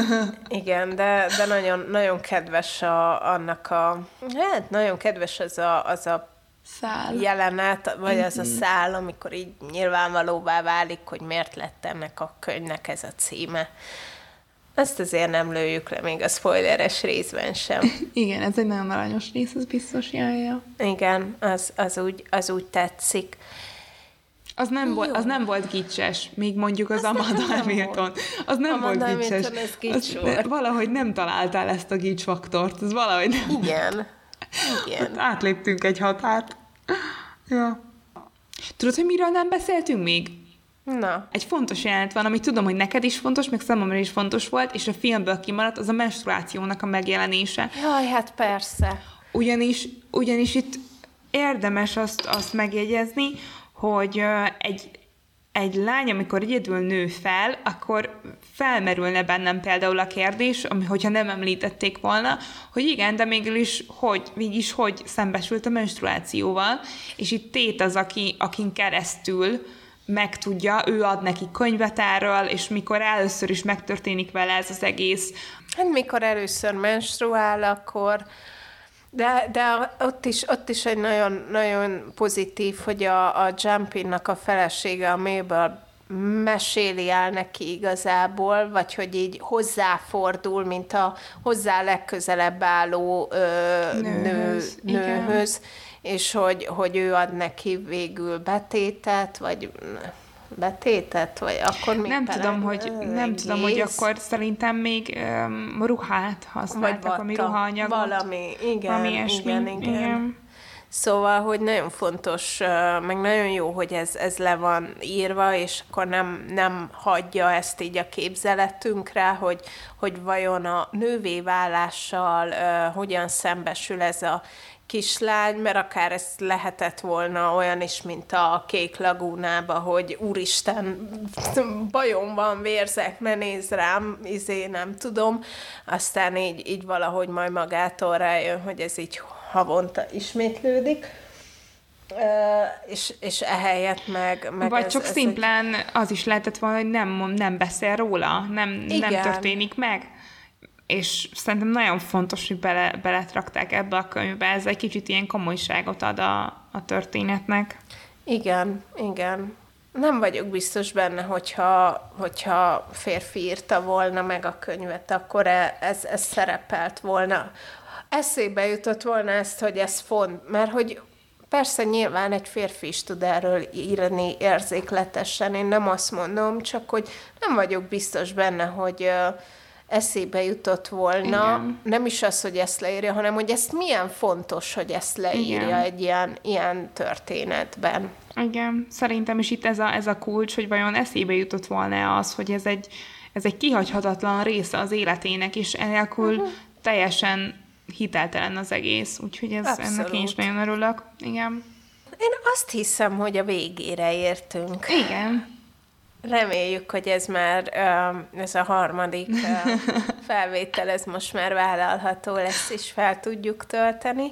Speaker 2: Igen, de, de nagyon, nagyon kedves a, annak a... Hát nagyon kedves az a, az a
Speaker 1: szál.
Speaker 2: jelenet, vagy mm-hmm. az a szál, amikor így nyilvánvalóvá válik, hogy miért lett ennek a könyvnek ez a címe. Azt azért nem lőjük le még a spoileres részben sem.
Speaker 1: Igen, ez egy nagyon aranyos rész, az biztos járja.
Speaker 2: Igen, az, az, úgy, az úgy tetszik.
Speaker 1: Az nem, volt, az nem volt gicses, még mondjuk az, az Amanda Hamilton. Az nem Amanda volt gicses. Az, valahogy nem találtál ezt a gics faktort. Az valahogy nem.
Speaker 2: Igen. Igen.
Speaker 1: Átléptünk egy határt. Ja. Tudod, hogy miről nem beszéltünk még?
Speaker 2: Na.
Speaker 1: Egy fontos jelenet van, amit tudom, hogy neked is fontos, meg számomra is fontos volt, és a filmből kimaradt, az a menstruációnak a megjelenése.
Speaker 2: Jaj, hát persze.
Speaker 1: Ugyanis, ugyanis itt érdemes azt, azt megjegyezni, hogy egy, egy lány, amikor egyedül nő fel, akkor felmerülne bennem például a kérdés, ami, hogyha nem említették volna, hogy igen, de mégis hogy, mégis hogy szembesült a menstruációval, és itt Tét az, aki, akin keresztül megtudja, ő ad neki könyvet erről, és mikor először is megtörténik vele ez az egész.
Speaker 2: Hát mikor először menstruál, akkor De, de ott is, ott is egy nagyon, nagyon pozitív, hogy a, a Jumpinnak a felesége, a Mabel meséli el neki igazából, vagy hogy így hozzáfordul, mint a hozzá legközelebb álló ö, nőhöz, nő, nőhöz és hogy, hogy ő ad neki végül betétet, vagy betétet, vagy akkor még
Speaker 1: nem tudom, hogy nem tudom, hogy akkor szerintem még um, ruhát használtak, ami ruhaanyagot.
Speaker 2: Valami, igen,
Speaker 1: valami
Speaker 2: igen, igen, igen.
Speaker 1: igen.
Speaker 2: Szóval, hogy nagyon fontos, meg nagyon jó, hogy ez, ez le van írva, és akkor nem, nem hagyja ezt így a képzeletünkre, hogy, hogy vajon a nővé válással uh, hogyan szembesül ez a kislány, mert akár ez lehetett volna olyan is, mint a Kék Lagúnába, hogy úristen, bajom van, vérzek, ne nézz rám, izé, nem tudom. Aztán így, így valahogy majd magától rájön, hogy ez így havonta ismétlődik. Uh, és, és ehelyett meg... meg
Speaker 1: Vagy
Speaker 2: ez,
Speaker 1: csak
Speaker 2: ez
Speaker 1: szimplán
Speaker 2: egy...
Speaker 1: az is lehetett volna, hogy nem, nem beszél róla, nem, nem történik meg. És szerintem nagyon fontos, hogy bele, beletrakták ebbe a könyvbe, ez egy kicsit ilyen komolyságot ad a, a történetnek.
Speaker 2: Igen, igen. Nem vagyok biztos benne, hogyha, hogyha férfi írta volna meg a könyvet, akkor ez, ez szerepelt volna. Eszébe jutott volna ezt, hogy ez font, mert hogy persze nyilván egy férfi is tud erről írni érzékletesen, én nem azt mondom, csak hogy nem vagyok biztos benne, hogy eszébe jutott volna, igen. Nem is az, hogy ezt leírja, hanem hogy ezt milyen fontos, hogy ezt leírja, igen. Egy ilyen, ilyen történetben.
Speaker 1: Igen, szerintem is itt ez a, ez a kulcs, hogy vajon eszébe jutott volna az, hogy ez egy, ez egy kihagyhatatlan része az életének, és enélkül uh-huh. teljesen hiteltelen az egész, úgyhogy ez, ennek én is nagyon örülök. Igen.
Speaker 2: Én azt hiszem, hogy a végére értünk.
Speaker 1: Igen.
Speaker 2: Reméljük, hogy ez már, ez a harmadik felvétel, ez most már vállalható lesz, és fel tudjuk tölteni.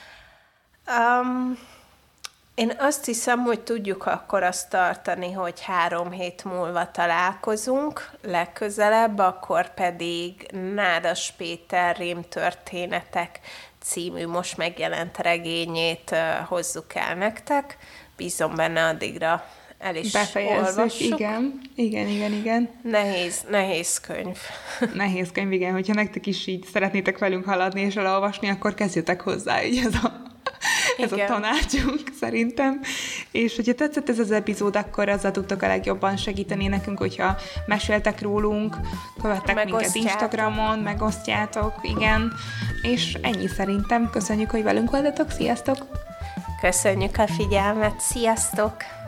Speaker 2: Um, én azt hiszem, hogy tudjuk akkor azt tartani, hogy három hét múlva találkozunk, legközelebb, akkor pedig Nádas Péter Rémtörténetek című most megjelent regényét hozzuk el nektek. Bízom benne, addigra el is
Speaker 1: befejezzük,
Speaker 2: olvassuk.
Speaker 1: igen, igen, igen, igen.
Speaker 2: Nehéz, nehéz könyv.
Speaker 1: Nehéz könyv, igen, hogyha nektek is így szeretnétek velünk haladni és elolvasni, akkor kezdjetek hozzá, így ez a, ez a tanácsunk szerintem. És hogyha tetszett ez az epizód, akkor azzal tudtok a legjobban segíteni nekünk, hogyha meséltek rólunk, követtek minket Instagramon, megosztjátok, igen. És ennyi szerintem. Köszönjük, hogy velünk voltatok, sziasztok!
Speaker 2: Köszönjük a figyelmet, sziasztok!